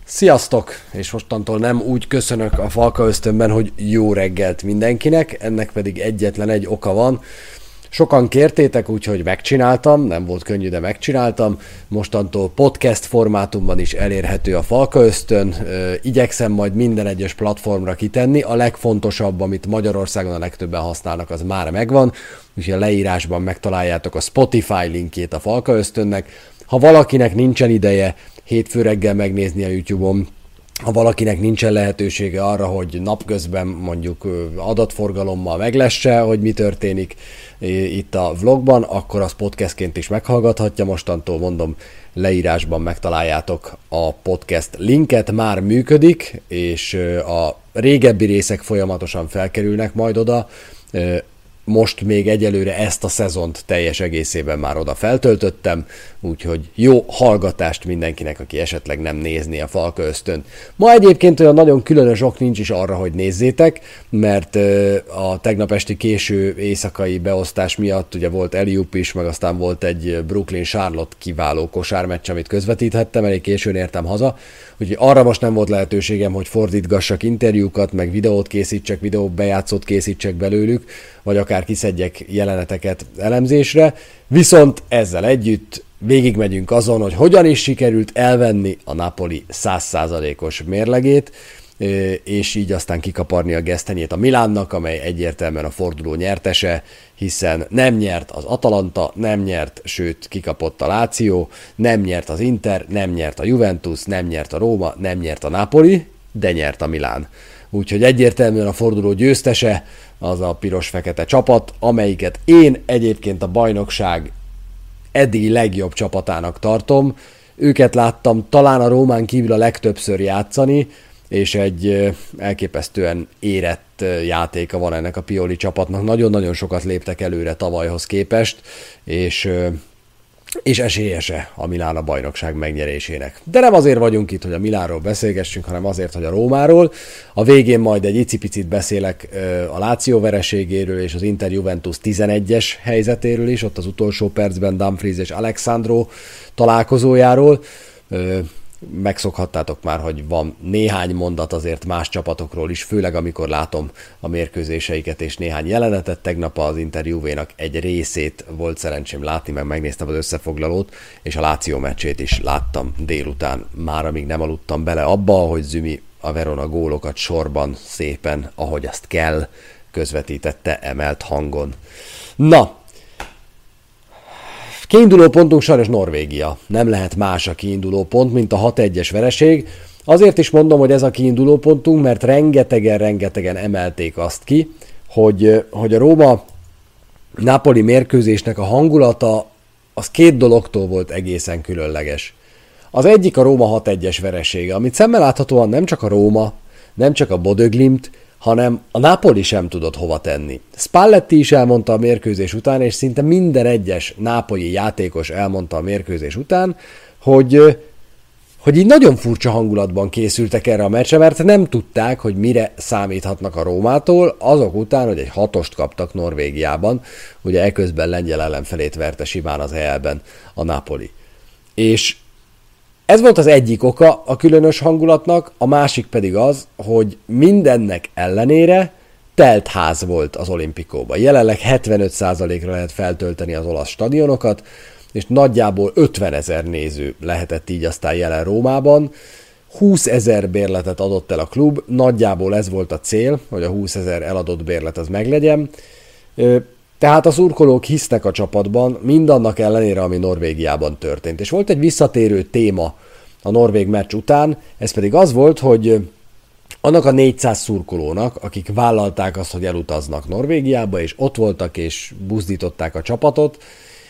Sziasztok! És mostantól nem úgy köszönök a Falka Ösztönben, hogy jó reggelt mindenkinek, ennek pedig egyetlen egy oka van. Sokan kértétek, úgyhogy megcsináltam, nem volt könnyű, de megcsináltam. Mostantól podcast formátumban is elérhető a Falka Ösztön. Igyekszem majd minden egyes platformra kitenni. A legfontosabb, amit Magyarországon a legtöbben használnak, az már megvan. Úgyhogy a leírásban megtaláljátok a Spotify linkjét a Falka Ösztönnek. Ha valakinek nincsen ideje hétfő reggel megnézni a YouTube-on, ha valakinek nincsen lehetősége arra, hogy napközben mondjuk adatforgalommal meglesse, hogy mi történik itt a vlogban, akkor az podcastként is meghallgathatja. Mostantól mondom, leírásban megtaláljátok a podcast linket, már működik, és a régebbi részek folyamatosan felkerülnek majd oda. Most még egyelőre ezt a szezont teljes egészében már oda feltöltöttem, úgyhogy jó hallgatást mindenkinek, aki esetleg nem nézni a Falka Ösztönt. Ma egyébként olyan nagyon különös ok nincs is arra, hogy nézzétek, mert a tegnap esti késő éjszakai beosztás miatt ugye volt alley-oop is, meg aztán volt egy Brooklyn-Charlotte kiváló kosármeccs, amit közvetíthettem, elég későn értem haza, úgyhogy arra most nem volt lehetőségem, hogy fordítgassak interjúkat, meg videót készítsek, videóbejátszót készítsek belőlük, vagy akár kiszedjek jeleneteket elemzésre, viszont ezzel együtt végigmegyünk azon, hogy hogyan is sikerült elvenni a Napoli 100%-os mérlegét, és így aztán kikaparni a gesztenyét a Milánnak, amely egyértelműen a forduló nyertese, hiszen nem nyert az Atalanta, nem nyert, sőt kikapott a Lazio, nem nyert az Inter, nem nyert a Juventus, nem nyert a Róma, nem nyert a Napoli, de nyert a Milán. Úgyhogy egyértelműen a forduló győztese az a piros-fekete csapat, amelyiket én egyébként a bajnokság eddigi legjobb csapatának tartom. Őket láttam talán a Rómán kívül a legtöbbször játszani, és egy elképesztően érett játéka van ennek a Pioli csapatnak. Nagyon-nagyon sokat léptek előre tavalyhoz képest, és esélyese a Milán a bajnokság megnyerésének. De nem azért vagyunk itt, hogy a Milánról beszélgessünk, hanem azért, hogy a Rómáról. A végén majd egy icipicit beszélek a Lazio vereségéről és az Inter Juventus 11-es helyzetéről is, ott az utolsó percben Dumfries és Alexandro találkozójáról. Megszokhattátok már, hogy van néhány mondat azért más csapatokról is, főleg amikor látom a mérkőzéseiket és néhány jelenetet. Tegnap az Inter Juvénak egy részét volt szerencsém látni, meg megnéztem az összefoglalót, és a Lazio meccsét is láttam délután, már amíg nem aludtam bele abba, hogy Zümi a Verona gólokat sorban szépen, ahogy azt kell, közvetítette emelt hangon. Na, kiinduló pontunk sajnos Norvégia. Nem lehet más a kiinduló pont, mint a 6-1-es vereség. Azért is mondom, hogy ez a kiinduló pontunk, mert rengetegen emelték azt ki, hogy a Róma-Napoli mérkőzésnek a hangulata az két dologtól volt egészen különleges. Az egyik a Róma 6-1-es veresége, amit szemmel láthatóan nem csak a Róma, nem csak a Bodø Glimt, hanem a Napoli sem tudott hova tenni. Spalletti is elmondta a mérkőzés után, és szinte minden egyes nápolyi játékos elmondta a mérkőzés után, hogy így nagyon furcsa hangulatban készültek erre a meccsre, mert nem tudták, hogy mire számíthatnak a Rómától, azok után, hogy egy 6-ost kaptak Norvégiában, ugye eközben lengyel ellenfelét verte simán az EL-ben a Napoli. És ez volt az egyik oka a különös hangulatnak, a másik pedig az, hogy mindennek ellenére telt ház volt az Olimpikóban. Jelenleg 75%-ra lehet feltölteni az olasz stadionokat, és nagyjából 50 000 néző lehetett így aztán jelen Rómában. 20 000 bérletet adott el a klub, nagyjából ez volt a cél, hogy a 20 000 eladott bérlet az meglegyen. Tehát a szurkolók hisznek a csapatban, mindannak ellenére, ami Norvégiában történt. És volt egy visszatérő téma a norvég meccs után, ez pedig az volt, hogy annak a 400 szurkolónak, akik vállalták azt, hogy elutaznak Norvégiába, és ott voltak, és buzdították a csapatot,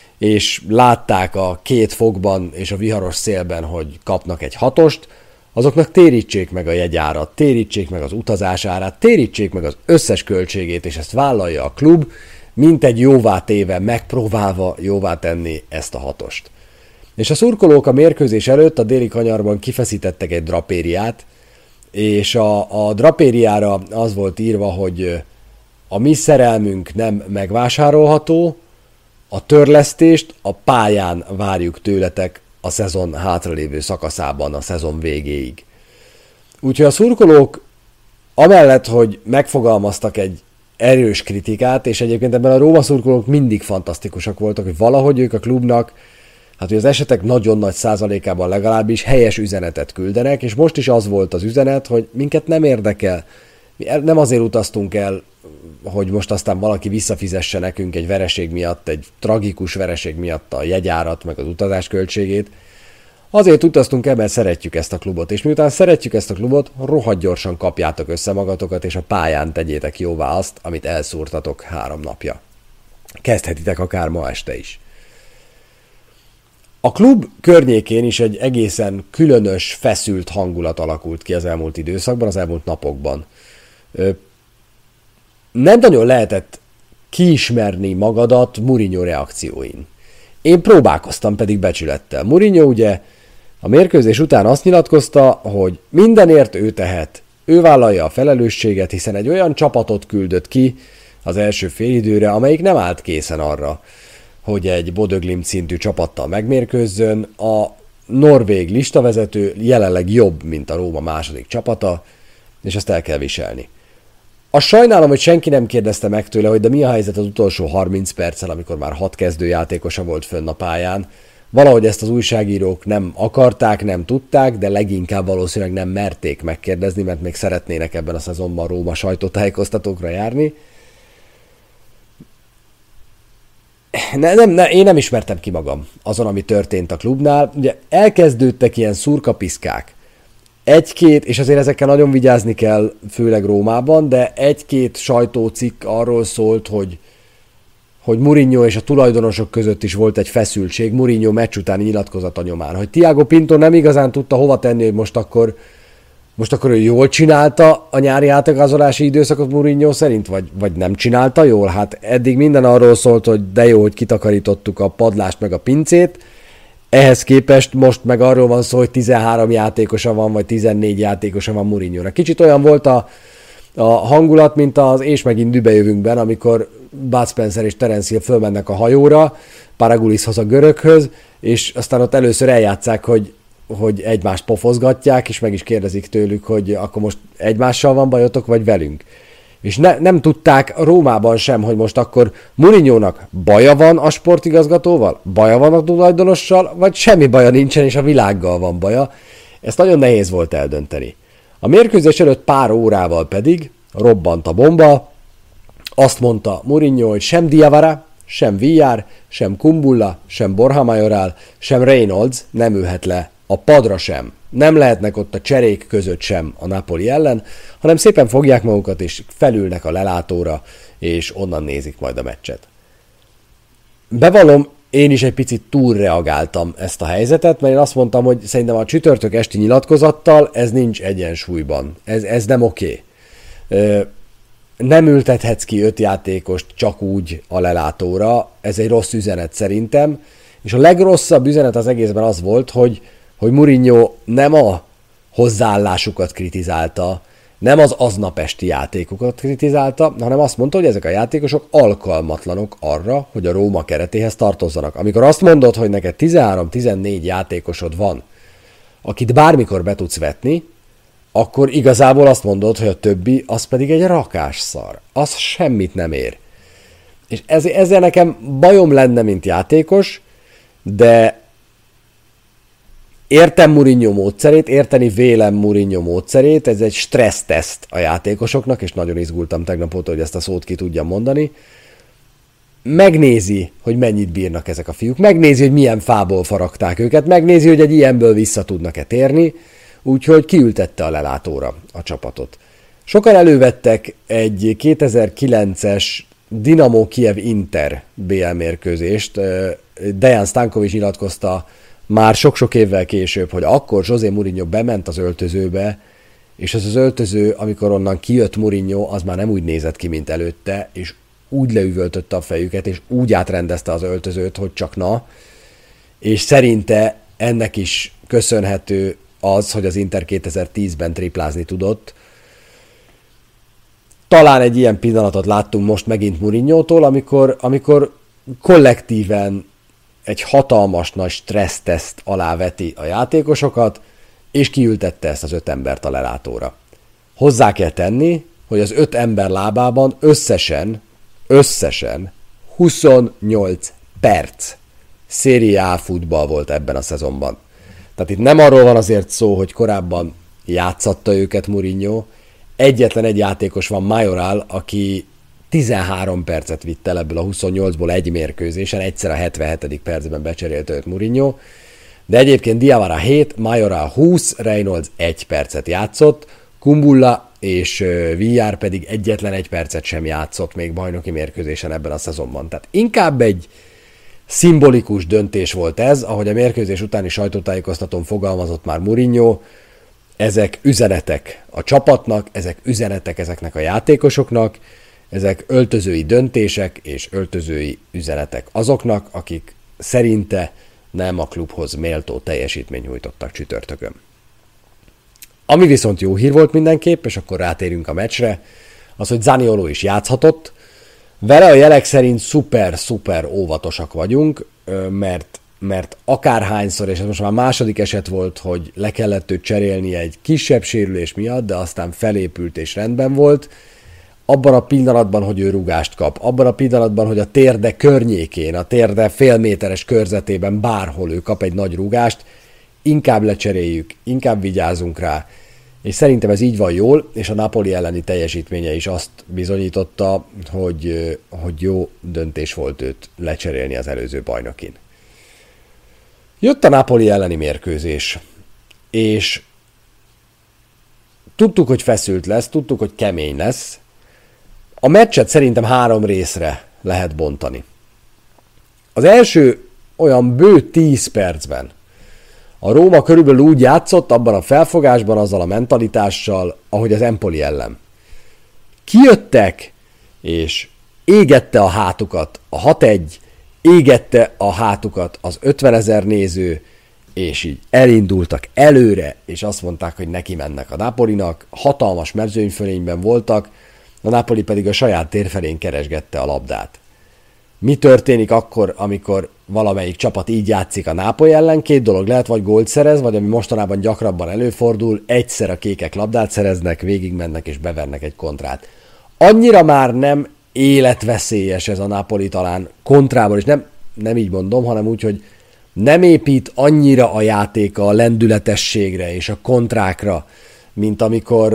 és látták a 2 fokban és a viharos szélben, hogy kapnak egy 6-ost, azoknak térítsék meg a jegyárat, térítsék meg az utazásárát, térítsék meg az összes költségét, és ezt vállalja a klub, mint egy jóvá téve, megpróbálva jóvá tenni ezt a 6-ost. És a szurkolók a mérkőzés előtt a déli kanyarban kifeszítettek egy drapériát, és a drapériára az volt írva, hogy a mi szerelmünk nem megvásárolható, a törlesztést a pályán várjuk tőletek a szezon hátralévő szakaszában, a szezon végéig. Úgyhogy a szurkolók amellett, hogy megfogalmaztak egy erős kritikát, és egyébként ebben a Róma szurkolók mindig fantasztikusak voltak, hogy valahogy ők a klubnak, hát hogy az esetek nagyon nagy százalékában legalábbis helyes üzenetet küldenek, és most is az volt az üzenet, hogy minket nem érdekel. Mi nem azért utaztunk el, hogy most aztán valaki visszafizesse nekünk egy vereség miatt, egy tragikus vereség miatt a jegyárat, meg az utazás költségét. Azért utaztunk el, mert szeretjük ezt a klubot, és miután szeretjük ezt a klubot, rohadt gyorsan kapjátok össze magatokat, és a pályán tegyétek jóvá azt, amit elszúrtatok 3 napja. Kezdhetitek akár ma este is. A klub környékén is egy egészen különös, feszült hangulat alakult ki az elmúlt időszakban, az elmúlt napokban. Nem nagyon lehetett kiismerni magadat Mourinho reakcióin. Én próbálkoztam pedig becsülettel. Mourinho ugye a mérkőzés után azt nyilatkozta, hogy mindenért ő tehet. Ő vállalja a felelősséget, hiszen egy olyan csapatot küldött ki az első félidőre, amelyik nem állt készen arra, hogy egy Bodø Glimt szintű csapattal megmérkőzzön. A norvég listavezető jelenleg jobb, mint a Róma második csapata, és ezt el kell viselni. Azt sajnálom, hogy senki nem kérdezte meg tőle, hogy de mi a helyzet az utolsó 30 perccel, amikor már 6 kezdőjátékosa volt fönn a pályán. Valahogy ezt az újságírók nem akarták, nem tudták, de leginkább valószínűleg nem merték megkérdezni, mert még szeretnének ebben a szezonban Róma sajtótájékoztatókra járni. Én nem ismertem ki magam azon, ami történt a klubnál. Ugye elkezdődtek ilyen szurkapiszkák. Egy-két, és azért ezekkel nagyon vigyázni kell, főleg Rómában, de egy-két sajtócikk arról szólt, hogy Mourinho és a tulajdonosok között is volt egy feszültség, Mourinho meccs utáni nyilatkozata nyomán, hogy Thiago Pinto nem igazán tudta hova tenni, hogy most akkor ő jól csinálta a nyári átigazolási időszakot Mourinho szerint, vagy nem csinálta jól? Hát eddig minden arról szólt, hogy de jó, hogy kitakarítottuk a padlást meg a pincét, ehhez képest most meg arról van szó, hogy 13 játékosa van, vagy 14 játékosa van Mourinho-nak. Kicsit olyan volt a hangulat, mint az És megint dübejövünkben, amikor Bud Spencer és Terence Hill fölmennek a hajóra, Paragulishoz, a göröghöz, és aztán ott először eljátszák, hogy egymást pofozgatják, és meg is kérdezik tőlük, hogy akkor most egymással van bajotok, vagy velünk. És nem tudták Rómában sem, hogy most akkor Mourinho-nak baja van a sportigazgatóval, baja van a tulajdonossal, vagy semmi baja nincsen, és a világgal van baja. Ezt nagyon nehéz volt eldönteni. A mérkőzés előtt pár órával pedig robbant a bomba, azt mondta Mourinho, hogy sem Diawara, sem Villar, sem Kumbulla, sem Borja Mayoral, sem Reynolds nem ülhet le a padra sem. Nem lehetnek ott a cserék között sem a Napoli ellen, hanem szépen fogják magukat, és felülnek a lelátóra, és onnan nézik majd a meccset. Bevallom, én is egy picit túlreagáltam ezt a helyzetet, mert én azt mondtam, hogy szerintem a csütörtök esti nyilatkozattal ez nincs egyensúlyban. Ez nem oké. Nem ültethetsz ki 5 játékost csak úgy a lelátóra, ez egy rossz üzenet szerintem, és a legrosszabb üzenet az egészben az volt, hogy Mourinho nem a hozzáállásukat kritizálta, nem az aznap esti játékokat kritizálta, hanem azt mondta, hogy ezek a játékosok alkalmatlanok arra, hogy a Róma keretéhez tartozzanak. Amikor azt mondod, hogy neked 13-14 játékosod van, akit bármikor be tudsz vetni, akkor igazából azt mondod, hogy a többi az pedig egy rakásszar. Az semmit nem ér. És ezzel nekem bajom lenne, mint játékos, de értem Mourinho módszerét, érteni vélem Mourinho módszerét, ez egy stresszteszt a játékosoknak, és nagyon izgultam tegnap óta, hogy ezt a szót ki tudjam mondani. Megnézi, hogy mennyit bírnak ezek a fiúk, megnézi, hogy milyen fából faragták őket, megnézi, hogy egy ilyenből vissza tudnak-e térni, úgyhogy kiültette a lelátóra a csapatot. Sokan elővettek egy 2009-es Dinamo Kiev Inter BL mérkőzést, Dejan Stankovic nyilatkozta már sok-sok évvel később, hogy akkor José Mourinho bement az öltözőbe, és az öltöző, amikor onnan kijött Mourinho, az már nem úgy nézett ki, mint előtte, és úgy leüvöltötte a fejüket, és úgy átrendezte az öltözőt, hogy csak na, és szerinte ennek is köszönhető az, hogy az Inter 2010-ben triplázni tudott. Talán egy ilyen pillanatot láttunk most megint Mourinho-tól, amikor kollektíven egy hatalmas nagy stresszteszt alá veti a játékosokat, és kiültette ezt az 5 embert a lelátóra. Hozzá kell tenni, hogy az 5 ember lábában összesen 28 perc Serie A futball volt ebben a szezonban. Tehát itt nem arról van azért szó, hogy korábban játszatta őket Mourinho, egyetlen egy játékos van, Mayoral, aki 13 percet vitt el ebből a 28-ból egy mérkőzésen, egyszer a 77. percben becserélte őt Mourinho, de egyébként Diawara 7, Mayoral 20, Reynolds 1 percet játszott, Kumbulla és Villar pedig egyetlen 1 percet sem játszott még bajnoki mérkőzésen ebben a szezonban. Tehát inkább egy szimbolikus döntés volt ez, ahogy a mérkőzés utáni sajtótájékoztatón fogalmazott már Mourinho, ezek üzenetek a csapatnak, ezek üzenetek ezeknek a játékosoknak, ezek öltözői döntések és öltözői üzenetek azoknak, akik szerinte nem a klubhoz méltó teljesítményt nyújtottak csütörtökön. Ami viszont jó hír volt mindenképp, és akkor rátérünk a meccsre, az, hogy Zanioló is játszhatott. Vele a jelek szerint szuper óvatosak vagyunk, mert akárhányszor, és ez most már második eset volt, hogy le kellett őt cserélni egy kisebb sérülés miatt, de aztán felépült és rendben volt, abban a pillanatban, hogy ő rúgást kap, abban a pillanatban, hogy a térde környékén, a térde félméteres körzetében bárhol ő kap egy nagy rúgást, inkább lecseréljük, inkább vigyázunk rá, és szerintem ez így van jól, és a Napoli elleni teljesítménye is azt bizonyította, hogy jó döntés volt őt lecserélni az előző bajnokin. Jött a Napoli elleni mérkőzés, és tudtuk, hogy feszült lesz, tudtuk, hogy kemény lesz. A meccset szerintem 3 részre lehet bontani. Az első olyan bő 10 percben a Róma körülbelül úgy játszott abban a felfogásban, azzal a mentalitással, ahogy az Empoli ellen. Kijöttek, és égette a hátukat a 6-1, égette a hátukat az 50 000 néző, és így elindultak előre, és azt mondták, hogy neki mennek a Napolinak, hatalmas mezőnyfölényben voltak, a Napoli pedig a saját térfelén keresgette a labdát. Mi történik akkor, amikor valamelyik csapat így játszik a Napoli ellen? 2 dolog lehet, vagy gólt szerez, vagy ami mostanában gyakrabban előfordul, egyszer a kékek labdát szereznek, végigmennek és bevernek egy kontrát. Annyira már nem életveszélyes ez a Napoli talán kontrából, és nem így mondom, hanem úgy, hogy nem épít annyira a játéka a lendületességre és a kontrákra, mint amikor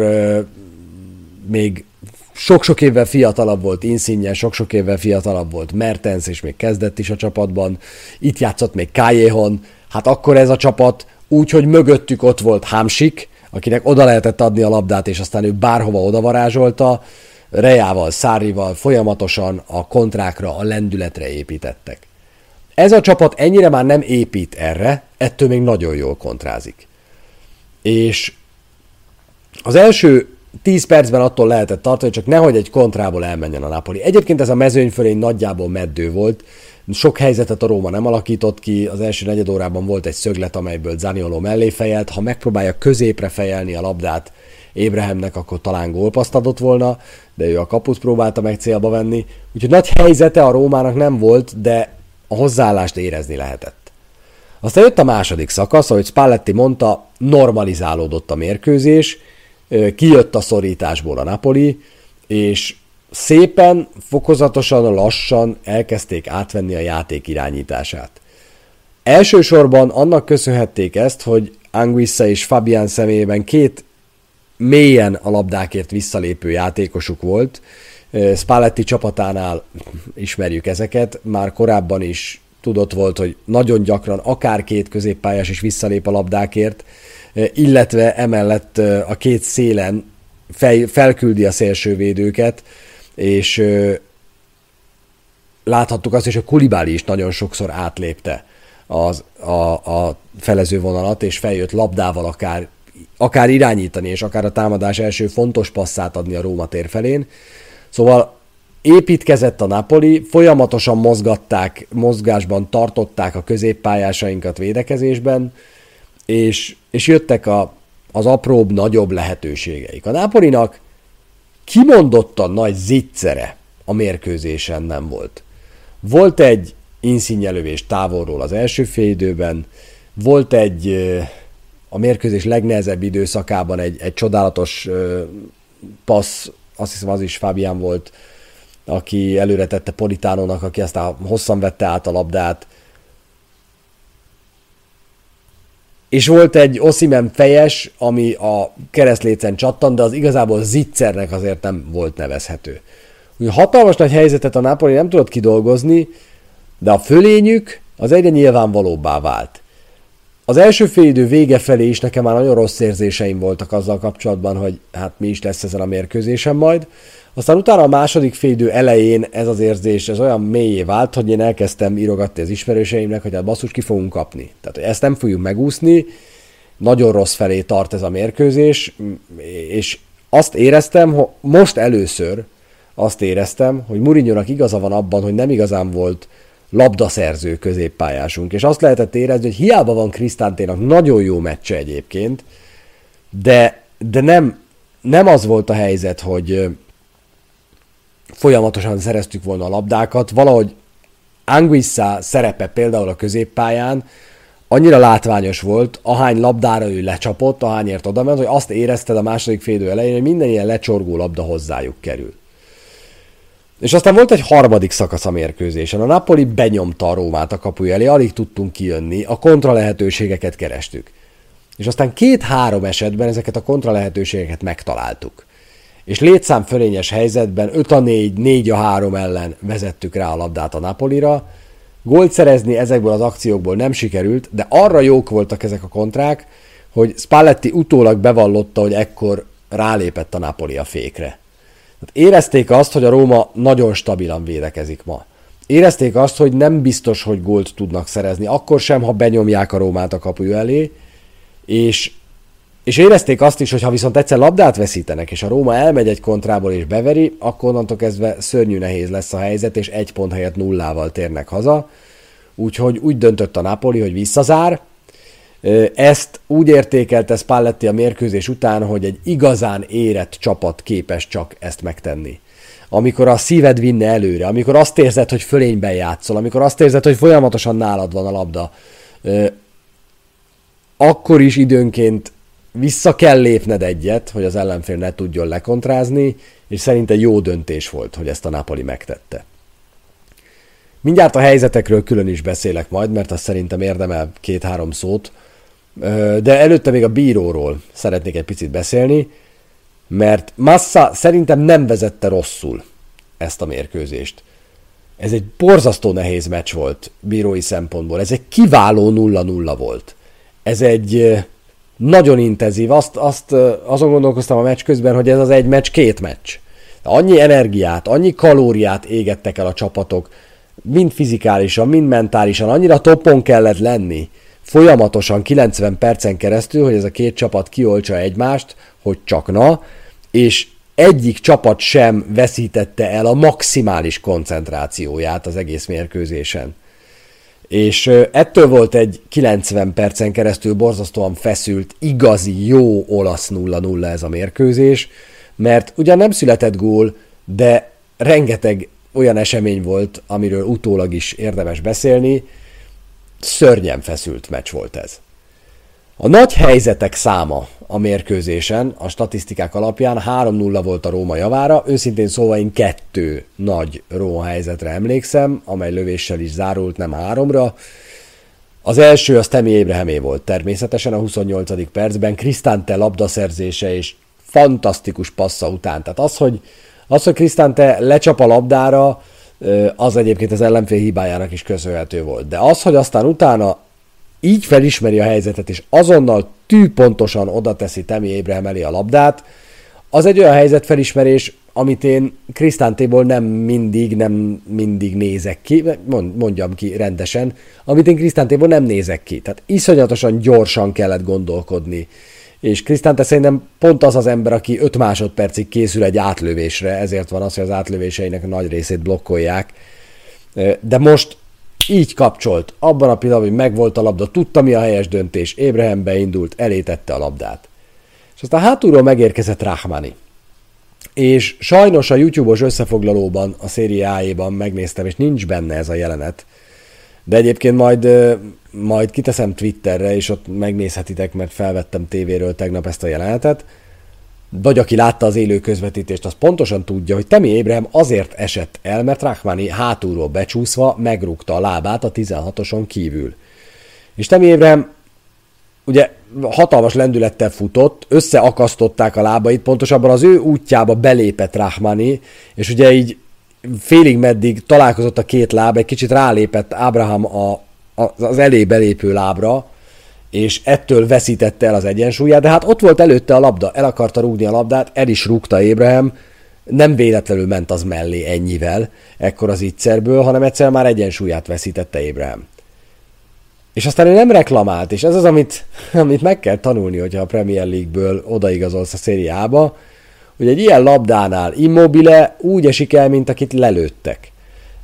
még sok-sok évvel fiatalabb volt Insigne, sok-sok évvel fiatalabb volt Mertens, és még kezdett is a csapatban. Itt játszott még Callejon. Hát akkor ez a csapat úgy, hogy mögöttük ott volt Hamsik, akinek oda lehetett adni a labdát, és aztán ő bárhova odavarázsolta. Reával, Sarrival folyamatosan a kontrákra, a lendületre építettek. Ez a csapat ennyire már nem épít erre, ettől még nagyon jól kontrázik. És az első 10 percben attól lehetett tartani, hogy csak nehogy egy kontrából elmenjen a Napoli. Egyébként ez a mezőnyfölény nagyjából meddő volt. Sok helyzetet a Róma nem alakított ki. Az első negyed órában volt egy szöglet, amelyből Zanioló mellé fejelt. Ha megpróbálja középre fejelni a labdát Ébrahemnek, akkor talán gólpaszt adott volna, de ő a kaput próbálta meg célba venni. Úgyhogy nagy helyzete a Rómának nem volt, de a hozzáállást érezni lehetett. Aztán jött a második szakasz, ahogy Spalletti mondta, normalizálódott a mérkőzés, kijött a szorításból a Napoli, és szépen, fokozatosan, lassan elkezdték átvenni a játék irányítását. Elsősorban annak köszönhették ezt, hogy Anguissa és Fabian személyében 2 mélyen a labdákért visszalépő játékosuk volt. Spalletti csapatánál ismerjük ezeket, már korábban is tudott volt, hogy nagyon gyakran akár 2 középpályás is visszalép a labdákért, illetve emellett a 2 szélen felküldi a szélsővédőket, és láthattuk azt is, hogy Koulibaly is nagyon sokszor átlépte a felező vonalat, és feljött labdával akár irányítani, és akár a támadás első fontos passzát adni a Róma tér felén. Szóval építkezett a Napoli, folyamatosan mozgásban tartották a középpályásainkat védekezésben, és jöttek az apróbb, nagyobb lehetőségeik. A Napolinak kimondottan nagy zicsere a mérkőzésen nem volt. Volt egy Insigne lövés távolról az első félidőben, volt egy a mérkőzés legnehezebb időszakában egy csodálatos passz, azt hiszem az is Fabián volt, aki előre tette Politánónak, aki aztán hosszan vette át a labdát. És volt egy Osimhen fejes, ami a keresztlécen csattant, de az igazából zicsernek azért nem volt nevezhető. Ugye hatalmas nagy helyzetet a Napoli nem tudott kidolgozni, de a fölényük az egyre nyilvánvalóbbá vált. Az első félidő vége felé is nekem már nagyon rossz érzéseim voltak azzal kapcsolatban, hogy hát mi is lesz ezen a mérkőzésen majd. Aztán utána a második félidő elején ez az érzés ez olyan mélyé vált, hogy én elkezdtem írogatni az ismerőseimnek, hogy hát basszus, ki fogunk kapni. Tehát ezt nem fogjuk megúszni, nagyon rossz felé tart ez a mérkőzés, és azt éreztem, most először azt éreztem, hogy Mourinhonak igaza van abban, hogy nem igazán volt labdaszerző középpályásunk, és azt lehetett érezni, hogy hiába van Krisztánténak nagyon jó meccse egyébként, de nem az volt a helyzet, hogy folyamatosan szereztük volna a labdákat, valahogy Anguissa szerepe például a középpályán annyira látványos volt, ahány labdára ő lecsapott, ahányért odament, hogy azt érezted a második félidő elején, hogy minden ilyen lecsorgó labda hozzájuk kerül. És aztán volt egy harmadik szakasz a mérkőzésen. A Napoli benyomta a Rómát a kapuja elé, alig tudtunk kijönni, a kontra lehetőségeket kerestük. És aztán 2-3 esetben ezeket a kontra lehetőségeket megtaláltuk. És létszámfölényes helyzetben 5-4, 4-3 ellen vezettük rá a labdát a Napolira. Gólt szerezni ezekből az akciókból nem sikerült, de arra jók voltak ezek a kontrák, hogy Spalletti utólag bevallotta, hogy ekkor rálépett a Napoli a fékre. Érezték azt, hogy a Róma nagyon stabilan védekezik ma. Érezték azt, hogy nem biztos, hogy gólt tudnak szerezni, akkor sem, ha benyomják a Rómát a kapuja elé, és érezték azt is, hogy ha viszont egyszer labdát veszítenek, és a Róma elmegy egy kontrából és beveri, akkor onnantól kezdve szörnyű nehéz lesz a helyzet, és 1 pont helyett 0-val térnek haza. Úgyhogy úgy döntött a Napoli, hogy visszazár. Ezt úgy értékelte Spalletti a mérkőzés után, hogy egy igazán érett csapat képes csak ezt megtenni. Amikor a szíved vinne előre, amikor azt érzed, hogy fölényben játszol, amikor azt érzed, hogy folyamatosan nálad van a labda, akkor is időnként vissza kell lépned egyet, hogy az ellenfél ne tudjon lekontrázni, és szerintem jó döntés volt, hogy ezt a Napoli megtette. Mindjárt a helyzetekről külön is beszélek majd, mert azt szerintem érdemel 2-3 szót, de előtte még a bíróról szeretnék egy picit beszélni, mert Massa szerintem nem vezette rosszul ezt a mérkőzést. Ez egy borzasztó nehéz meccs volt bírói szempontból, ez egy kiváló 0-0 volt. Ez egy nagyon intenzív, azon gondolkoztam a meccs közben, hogy ez az egy meccs, 2 meccs. Annyi energiát, annyi kalóriát égettek el a csapatok, mind fizikálisan, mind mentálisan, annyira toppon kellett lenni, folyamatosan 90 percen keresztül, hogy ez a 2 csapat kioltsa egymást, hogy csak na, és egyik csapat sem veszítette el a maximális koncentrációját az egész mérkőzésen. És ettől volt egy 90 percen keresztül borzasztóan feszült, igazi, jó olasz 0-0 ez a mérkőzés, mert ugyan nem született gól, de rengeteg olyan esemény volt, amiről utólag is érdemes beszélni, szörnyen feszült meccs volt ez. A nagy helyzetek száma a mérkőzésen, a statisztikák alapján 3-0 volt a Róma javára, őszintén szóval én 2 nagy Róma helyzetre emlékszem, amely lövéssel is zárult, nem 3-ra. Az első az Tammy Abrahamé volt természetesen a 28. percben, Cristante labdaszerzése és fantasztikus passza után. Tehát az, hogy Cristante lecsap a labdára, az egyébként az ellenfél hibájának is köszönhető volt. De az, hogy aztán utána így felismeri a helyzetet, és azonnal tűpontosan oda teszi Tammy Abraham elé a labdát, az egy olyan helyzetfelismerés, amit én Cristantéból nem mindig nézek ki, mondjam ki rendesen, amit én Cristantéból nem nézek ki. Tehát iszonyatosan gyorsan kellett gondolkodni. És Cristante szerintem pont az az ember, aki 5 másodpercig készül egy átlövésre, ezért van az, hogy az átlövéseinek a nagy részét blokkolják. De most így kapcsolt, abban a pillanatban, hogy megvolt a labda, tudta mi a helyes döntés, Abraham beindult, elétette a labdát. És aztán hátulról megérkezett Rahmani. És sajnos a YouTube-os összefoglalóban, a Serie A-ban megnéztem, és nincs benne ez a jelenet. De egyébként majd kiteszem Twitterre, és ott megnézhetitek, mert felvettem tévéről tegnap ezt a jelenetet. Vagy aki látta az élő közvetítést, az pontosan tudja, hogy Tammy Abraham azért esett el, mert Rahmani hátulról becsúszva megrúgta a lábát a 16-oson kívül. És Tammy Abraham ugye hatalmas lendülettel futott, összeakasztották a lábait, pontosabban az ő útjába belépett Rahmani, és ugye így félig meddig találkozott a két láb, egy kicsit rálépett Abraham az elé belépő lábra, és ettől veszítette el az egyensúlyát, de hát ott volt előtte a labda, el akarta rúgni a labdát, el is rúgta Abraham, nem véletlenül ment az mellé ennyivel, ekkor az ígyszerből, hanem egyszerűen már egyensúlyát veszítette Abraham. És aztán ő nem reklamált, és ez az, amit meg kell tanulni, hogyha a Premier League-ből odaigazolsz a Serie A-ba, hogy egy ilyen labdánál Immobile úgy esik el, mint akit lelőttek.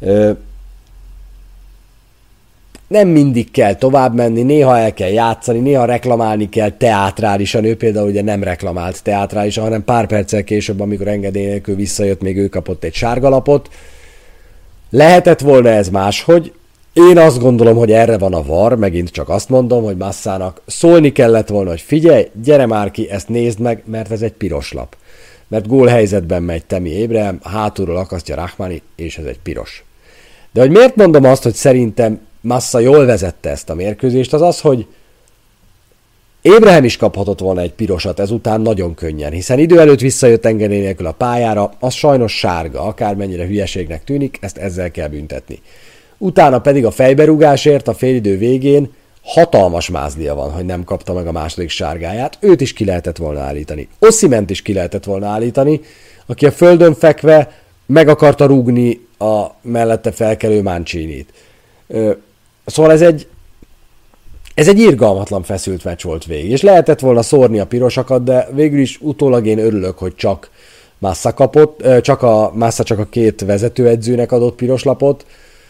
Nem mindig kell tovább menni, néha el kell játszani, néha reklamálni kell teátrálisan. Ő például ugye nem reklamált teátrálisan, hanem pár perccel később, amikor engedély nélkül visszajött, még ő kapott egy sárgalapot. Lehetett volna ez máshogy. Én azt gondolom, hogy erre van a VAR, megint csak azt mondom, hogy Massának szólni kellett volna, hogy figyelj, gyere már ki, ezt nézd meg, mert ez egy piros lap. Mert gólhelyzetben megy Tammy Abraham, hátulról akasztja Rahmani, és ez egy piros. De hogy miért mondom azt, hogy szerintem Massa jól vezette ezt a mérkőzést, az az, hogy Abraham is kaphatott volna egy pirosat ezután nagyon könnyen, hiszen idő előtt visszajött engedély nélkül a pályára, az sajnos sárga, akármennyire hülyeségnek tűnik, ezt ezzel kell büntetni. Utána pedig a fejberúgásért a félidő végén hatalmas mázlia van, hogy nem kapta meg a második sárgáját, őt is ki lehetett volna állítani. Osimhent is ki lehetett volna állítani, aki a földön fekve meg akarta rúgni a mellette felkelő Mancinit. Szóval ez egy irgalmatlan feszült meccs volt végig, és lehetett volna szórni a pirosakat, de végül is utólag én örülök, hogy csak Massa kapott, Massa csak a két vezetőedzőnek adott piroslapot.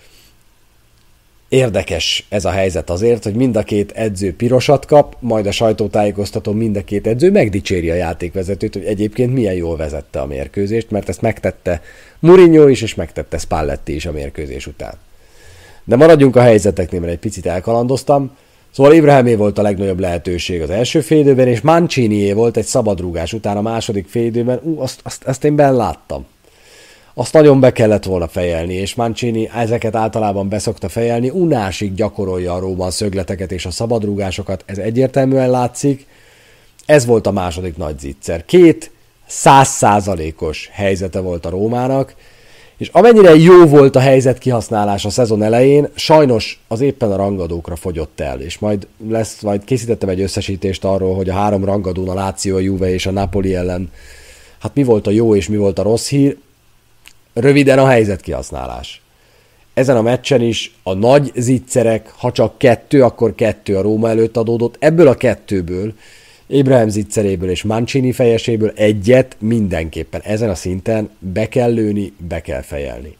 Érdekes ez a helyzet azért, hogy mind a két edző pirosat kap, majd a sajtótájékoztatón mind a két edző megdicséri a játékvezetőt, hogy egyébként milyen jól vezette a mérkőzést, mert ezt megtette Mourinho is, és megtette Spalletti is a mérkőzés után. De maradjunk a helyzeteknél, mert egy picit elkalandoztam. Szóval Abrahamé volt a legnagyobb lehetőség az első félidőben, és Mancinié volt egy szabadrúgás után a második félidőben. Azt én benn láttam. Azt nagyon be kellett volna fejelni, és Mancini ezeket általában beszokta fejelni, unásig gyakorolja a Róma szögleteket és a szabadrúgásokat, ez egyértelműen látszik. Ez volt a második nagy zicser. 100%-os helyzete volt a Rómának, és amennyire jó volt a helyzet kihasználás a szezon elején, sajnos az éppen a rangadókra fogyott el, és majd készítettem egy összesítést arról, hogy a 3 rangadón, a Lazio, a Juve és a Napoli ellen, hát mi volt a jó és mi volt a rossz hír. Röviden a helyzet kihasználás. Ezen a meccsen is a nagy zicserek, ha csak 2, akkor 2 a Róma előtt adódott. Ebből a 2-ből, Abraham zicseréből és Mancini fejeséből egyet mindenképpen ezen a szinten be kell lőni, be kell fejelni.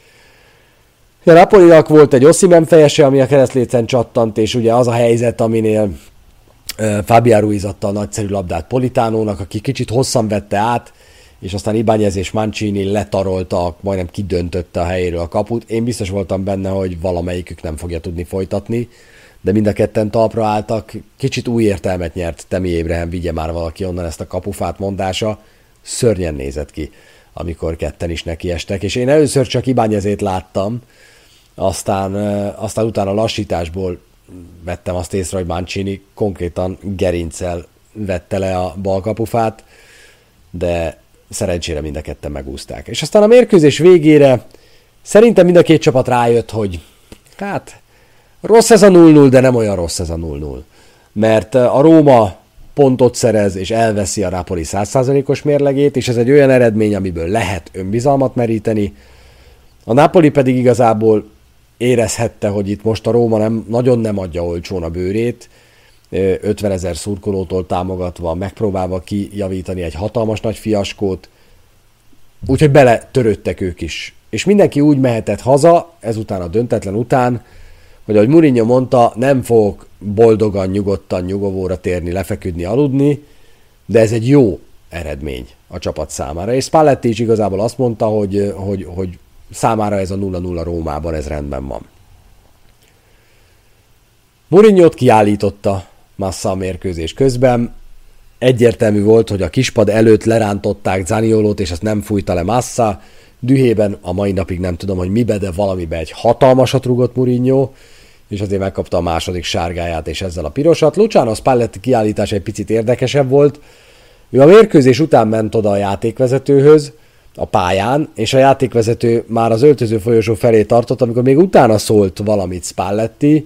A Napolinak volt egy Osimhen fejese, ami a keresztlécen csattant, és ugye az a helyzet, aminél Fabián Ruiz adta a nagyszerű labdát Politánónak, aki kicsit hosszan vette át, és aztán Ibáñez és Mancini letarolta, majdnem kidöntötte a helyéről a kaput. Én biztos voltam benne, hogy valamelyikük nem fogja tudni folytatni, de mind a ketten talpra álltak. Kicsit új értelmet nyert Tammy Abraham, vigye már valaki onnan ezt a kapufát mondása. Szörnyen nézett ki, amikor ketten is nekiestek, és én először csak Ibáñezét láttam, aztán utána a lassításból vettem azt észre, hogy Mancini konkrétan gerinccel vette le a bal kapufát, de szerencsére mind a ketten megúzták. És aztán a mérkőzés végére szerintem mind a két csapat rájött, hogy hát rossz ez a 0-0, de nem olyan rossz ez a 0-0. Mert a Róma pontot szerez és elveszi a Napoli 100%-os mérlegét, és ez egy olyan eredmény, amiből lehet önbizalmat meríteni. A Napoli pedig igazából érezhette, hogy itt most a Róma nagyon nem adja olcsón a bőrét, 50 000 szurkolótól támogatva, megpróbálva kijavítani egy hatalmas nagy fiaskót, úgyhogy bele törődtek ők is. És mindenki úgy mehetett haza, ezután a döntetlen után, hogy ahogy Mourinho mondta, nem fogok boldogan, nyugodtan, nyugovóra térni, lefeküdni, aludni, de ez egy jó eredmény a csapat számára. És Spalletti is igazából azt mondta, hogy számára ez a 0-0 Rómában, ez rendben van. Mourinhót kiállította Massa a mérkőzés közben. Egyértelmű volt, hogy a kispad előtt lerántották Zaniolót, és ezt nem fújta le Massa. Dühében a mai napig nem tudom, hogy mibe, de valamibe egy hatalmasat rugott Mourinho, és azért megkapta a második sárgáját, és ezzel a pirosat. Luciano Spalletti kiállítása egy picit érdekesebb volt. Ő a mérkőzés után ment oda a játékvezetőhöz, a pályán, és a játékvezető már az öltöző folyosó felé tartott, amikor még utána szólt valamit Spalletti.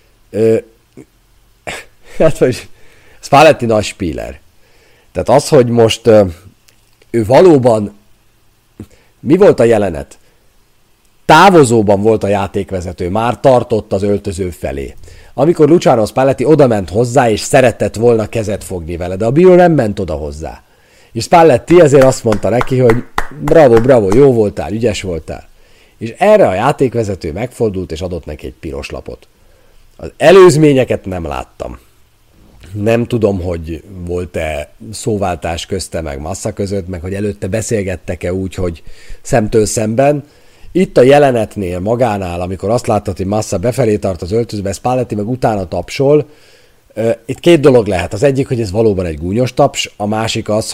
Hát, hogy Spalletti nagy spíler. Tehát az, hogy most ő valóban... Mi volt a jelenet? Távozóban volt a játékvezető, már tartott az öltöző felé. Amikor Luciano Spalletti odament hozzá, és szeretett volna kezet fogni vele, de a bíró nem ment oda hozzá. És Spalletti ezért azt mondta neki, hogy bravo, jó voltál, ügyes voltál. És erre a játékvezető megfordult, és adott neki egy piros lapot. Az előzményeket nem láttam. Nem tudom, hogy volt-e szóváltás közte meg Massa között, meg hogy előtte beszélgettek-e úgy, hogy szemtől szemben. Itt a jelenetnél, magánál, amikor azt láttad, hogy Massa befelé tart az öltözőbe, Spalletti meg utána tapsol, itt két dolog lehet. Az egyik, hogy ez valóban egy gúnyos taps, a másik az,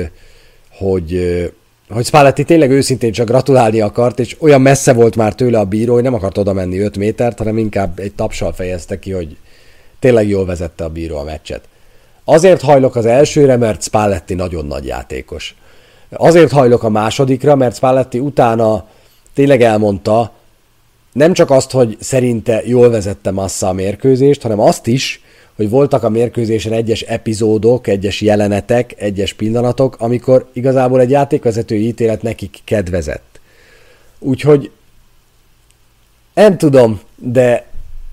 hogy Spalletti tényleg őszintén csak gratulálni akart, és olyan messze volt már tőle a bíró, hogy nem akart oda menni 5 métert, hanem inkább egy tapssal fejezte ki, hogy tényleg jól vezette a bíró a meccset. Azért hajlok az elsőre, mert Spalletti nagyon nagy játékos. Azért hajlok a másodikra, mert Spalletti utána tényleg elmondta, nem csak azt, hogy szerinte jól vezette Massa a mérkőzést, hanem azt is, hogy voltak a mérkőzésen egyes epizódok, egyes jelenetek, egyes pillanatok, amikor igazából egy játékvezetői ítélet nekik kedvezett. Úgyhogy nem tudom, de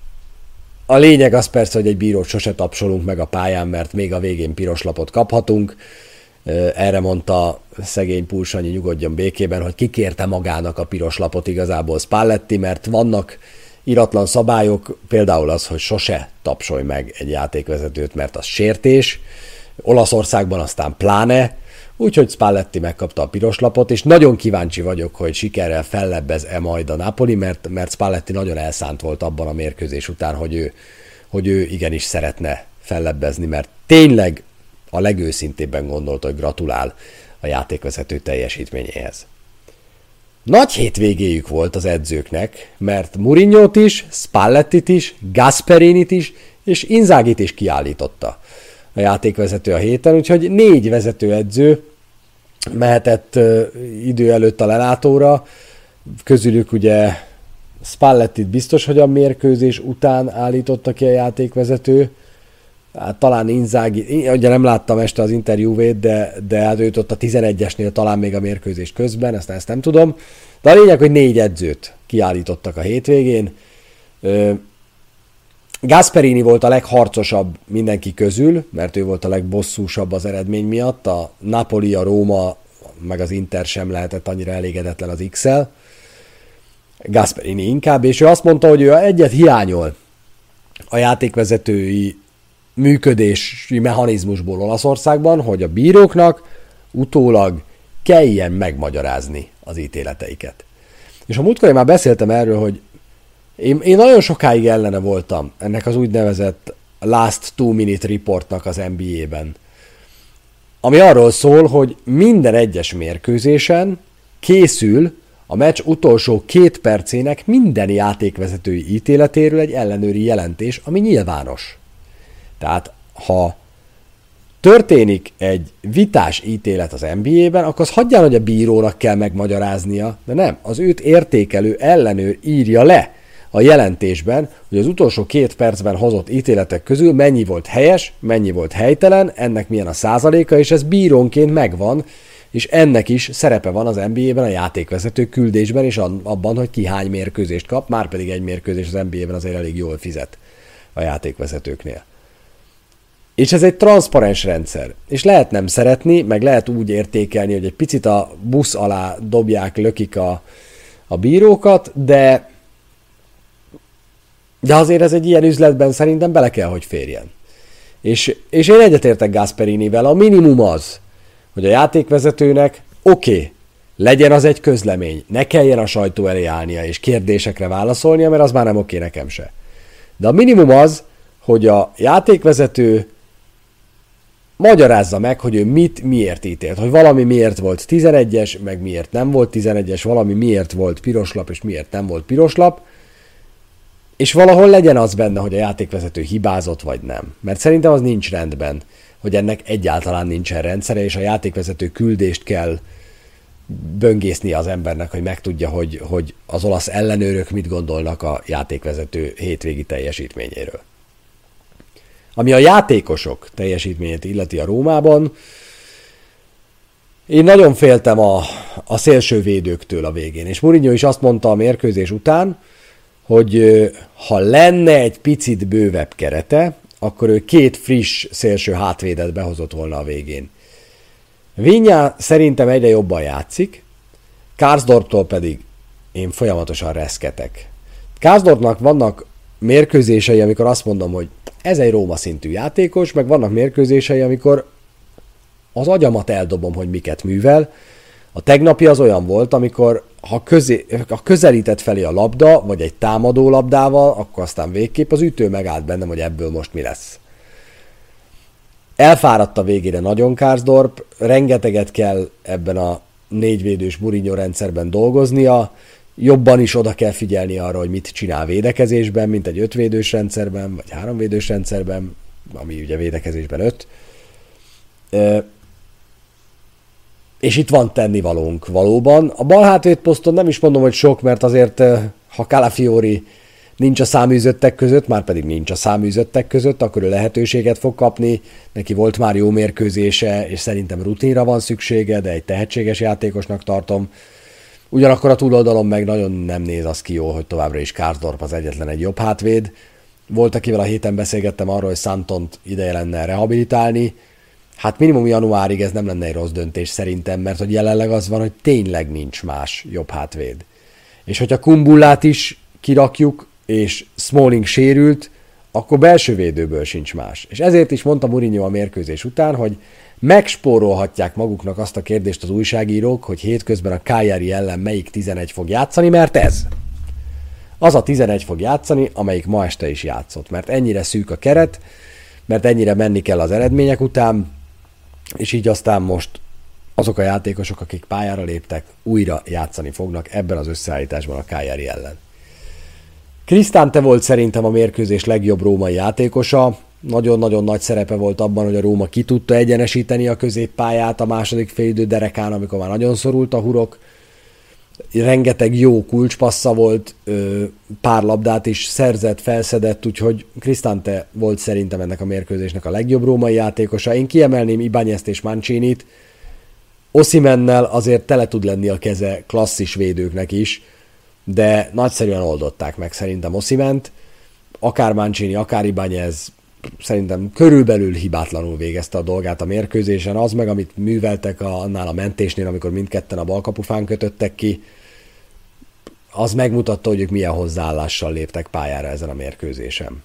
a lényeg az persze, hogy egy bírót sose tapsolunk meg a pályán, mert még a végén piros lapot kaphatunk. Erre mondta szegény Pulsanyi, nyugodjon békében, hogy kikérte magának a piros lapot igazából Spalletti, mert vannak iratlan szabályok, például az, hogy sose tapsolj meg egy játékvezetőt, mert az sértés. Olaszországban aztán pláne, úgyhogy Spalletti megkapta a piros lapot, és nagyon kíváncsi vagyok, hogy sikerrel fellebbez-e majd a Napoli, mert Spalletti nagyon elszánt volt abban a mérkőzés után, hogy ő igenis szeretne fellebbezni, mert tényleg a legőszintébben gondolta, hogy gratulál a játékvezető teljesítményéhez. Nagy hétvégéjük volt az edzőknek, mert Mourinhót is, Spallettit is, Gasperinit is, és Inzagit is kiállította a játékvezető a héten, úgyhogy 4 vezetőedző mehetett idő előtt a lelátóra, közülük ugye Spallettit biztos, hogy a mérkőzés után állította ki a játékvezető, hát talán Inzaghi, ugye nem láttam este az interjúvét, de hát őt ott a 11-esnél talán még a mérkőzés közben, ezt nem tudom, de a lényeg, hogy 4 edzőt kiállítottak a hétvégén. Gasperini volt a legharcosabb mindenki közül, mert ő volt a legbosszúsabb az eredmény miatt, a Napoli, a Róma, meg az Inter sem lehetett annyira elégedetlen az X-el. Gasperini inkább, és ő azt mondta, hogy ő egyet hiányol a játékvezetői működési mechanizmusból Olaszországban, hogy a bíróknak utólag kelljen megmagyarázni az ítéleteiket. És a múltkor én már beszéltem erről, hogy én nagyon sokáig ellene voltam ennek az úgynevezett last 2 minute reportnak az NBA-ben, ami arról szól, hogy minden egyes mérkőzésen készül a meccs utolsó 2 percének minden játékvezetői ítéletéről egy ellenőri jelentés, ami nyilvános. Tehát, ha történik egy vitás ítélet az NBA-ben, akkor az hagyján, hogy a bírónak kell megmagyaráznia, de nem, az őt értékelő ellenőr írja le a jelentésben, hogy az utolsó 2 percben hozott ítéletek közül mennyi volt helyes, mennyi volt helytelen, ennek milyen a százaléka, és ez bírónként megvan, és ennek is szerepe van az NBA-ben a játékvezető küldésben, és abban, hogy ki hány mérkőzést kap, már pedig egy mérkőzés az NBA-ben azért elég jól fizet a játékvezetőknél. És ez egy transzparens rendszer. És lehet nem szeretni, meg lehet úgy értékelni, hogy egy picit a busz alá dobják, lökik a bírókat, de azért ez egy ilyen üzletben szerintem bele kell, hogy férjen. És én egyetértek Gasperinivel, a minimum az, hogy a játékvezetőnek legyen az egy közlemény, ne kelljen a sajtó elé állnia és kérdésekre válaszolnia, mert az már nem nekem se. De a minimum az, hogy a játékvezető magyarázza meg, hogy ő miért ítélt. Hogy valami miért volt 11-es, meg miért nem volt 11-es, valami miért volt piros lap, és miért nem volt piros lap. És valahol legyen az benne, hogy a játékvezető hibázott, vagy nem. Mert szerintem az nincs rendben, hogy ennek egyáltalán nincsen rendszere, és a játékvezető küldést kell böngészni az embernek, hogy megtudja, hogy az olasz ellenőrök mit gondolnak a játékvezető hétvégi teljesítményéről. Ami a játékosok teljesítményét illeti a Rómában, én nagyon féltem a szélsővédőktől a végén, és Mourinho is azt mondta a mérkőzés után, hogy ha lenne egy picit bővebb kerete, akkor ő 2 friss szélső hátvédet behozott volna a végén. Vinyá szerintem egyre jobban játszik, Karsdorptól pedig én folyamatosan reszketek. Karsdorpnak vannak mérkőzései, amikor azt mondom, hogy ez egy Róma szintű játékos, meg vannak mérkőzései, amikor az agyamat eldobom, hogy miket művel. A tegnapi az olyan volt, amikor ha közelített felé a labda, vagy egy támadó labdával, akkor aztán végképp az ütő megállt bennem, hogy ebből most mi lesz. Elfáradt a végére nagyon Karsdorp, rengeteget kell ebben a 4 védős Mourinho rendszerben dolgoznia, jobban is oda kell figyelni arra, hogy mit csinál védekezésben, mint egy 5 védős rendszerben, vagy 3 védős rendszerben, ami ugye védekezésben 5. És itt van tennivalónk valóban. A bal hátvéd poszton nem is mondom, hogy sok, mert azért ha Calafiori nincs a száműzöttek között, már pedig nincs a száműzöttek között, akkor ő lehetőséget fog kapni. Neki volt már jó mérkőzése, és szerintem rutinra van szüksége, de egy tehetséges játékosnak tartom. Ugyanakkor a túloldalon meg nagyon nem néz az ki jó, hogy továbbra is Karsdorp az egyetlen egy jobb hátvéd. Volt, akivel a héten beszélgettem arról, hogy Santont ideje lenne rehabilitálni. Hát minimum januárig ez nem lenne egy rossz döntés szerintem, mert hogy jelenleg az van, hogy tényleg nincs más jobb hátvéd. És hogyha Kumbullát is kirakjuk, és Smalling sérült, akkor belső védőből sincs más. És ezért is mondta Mourinho a mérkőzés után, hogy megspórolhatják maguknak azt a kérdést az újságírók, hogy hétközben a Cagliari ellen melyik 11 fog játszani, mert ez. Az a 11 fog játszani, amelyik ma este is játszott, mert ennyire szűk a keret, mert ennyire menni kell az eredmények után, és így aztán most azok a játékosok, akik pályára léptek, újra játszani fognak ebben az összeállításban a Cagliari ellen. Cristante volt szerintem a mérkőzés legjobb római játékosa, nagyon-nagyon nagy szerepe volt abban, hogy a Róma ki tudta egyenesíteni a középpályát a második félidő derekán, amikor már nagyon szorult a hurok. Rengeteg jó kulcspassza volt, pár labdát is szerzett, felszedett, úgyhogy Cristante volt szerintem ennek a mérkőzésnek a legjobb római játékosa. Én kiemelném Ibáñezt és Mancinit. Osimhennel azért tele tud lenni a keze klasszis védőknek is, de nagyszerűen oldották meg szerintem Osimhent. Akár Mancini, akár Ibáñez szerintem körülbelül hibátlanul végezte a dolgát a mérkőzésen. Az meg, amit műveltek annál a mentésnél, amikor mindketten a balkapufán kötöttek ki, az megmutatta, hogy ők milyen hozzáállással léptek pályára ezen a mérkőzésen.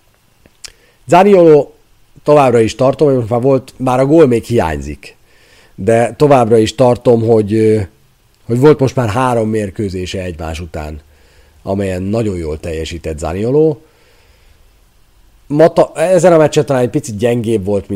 Zaniolo továbbra is tartom, hogy most már volt, bár a gól még hiányzik, de továbbra is tartom, hogy volt most már 3 mérkőzése egymás után, amelyen nagyon jól teljesített Zaniolo. Ezen a meccsen talán egy picit gyengébb volt,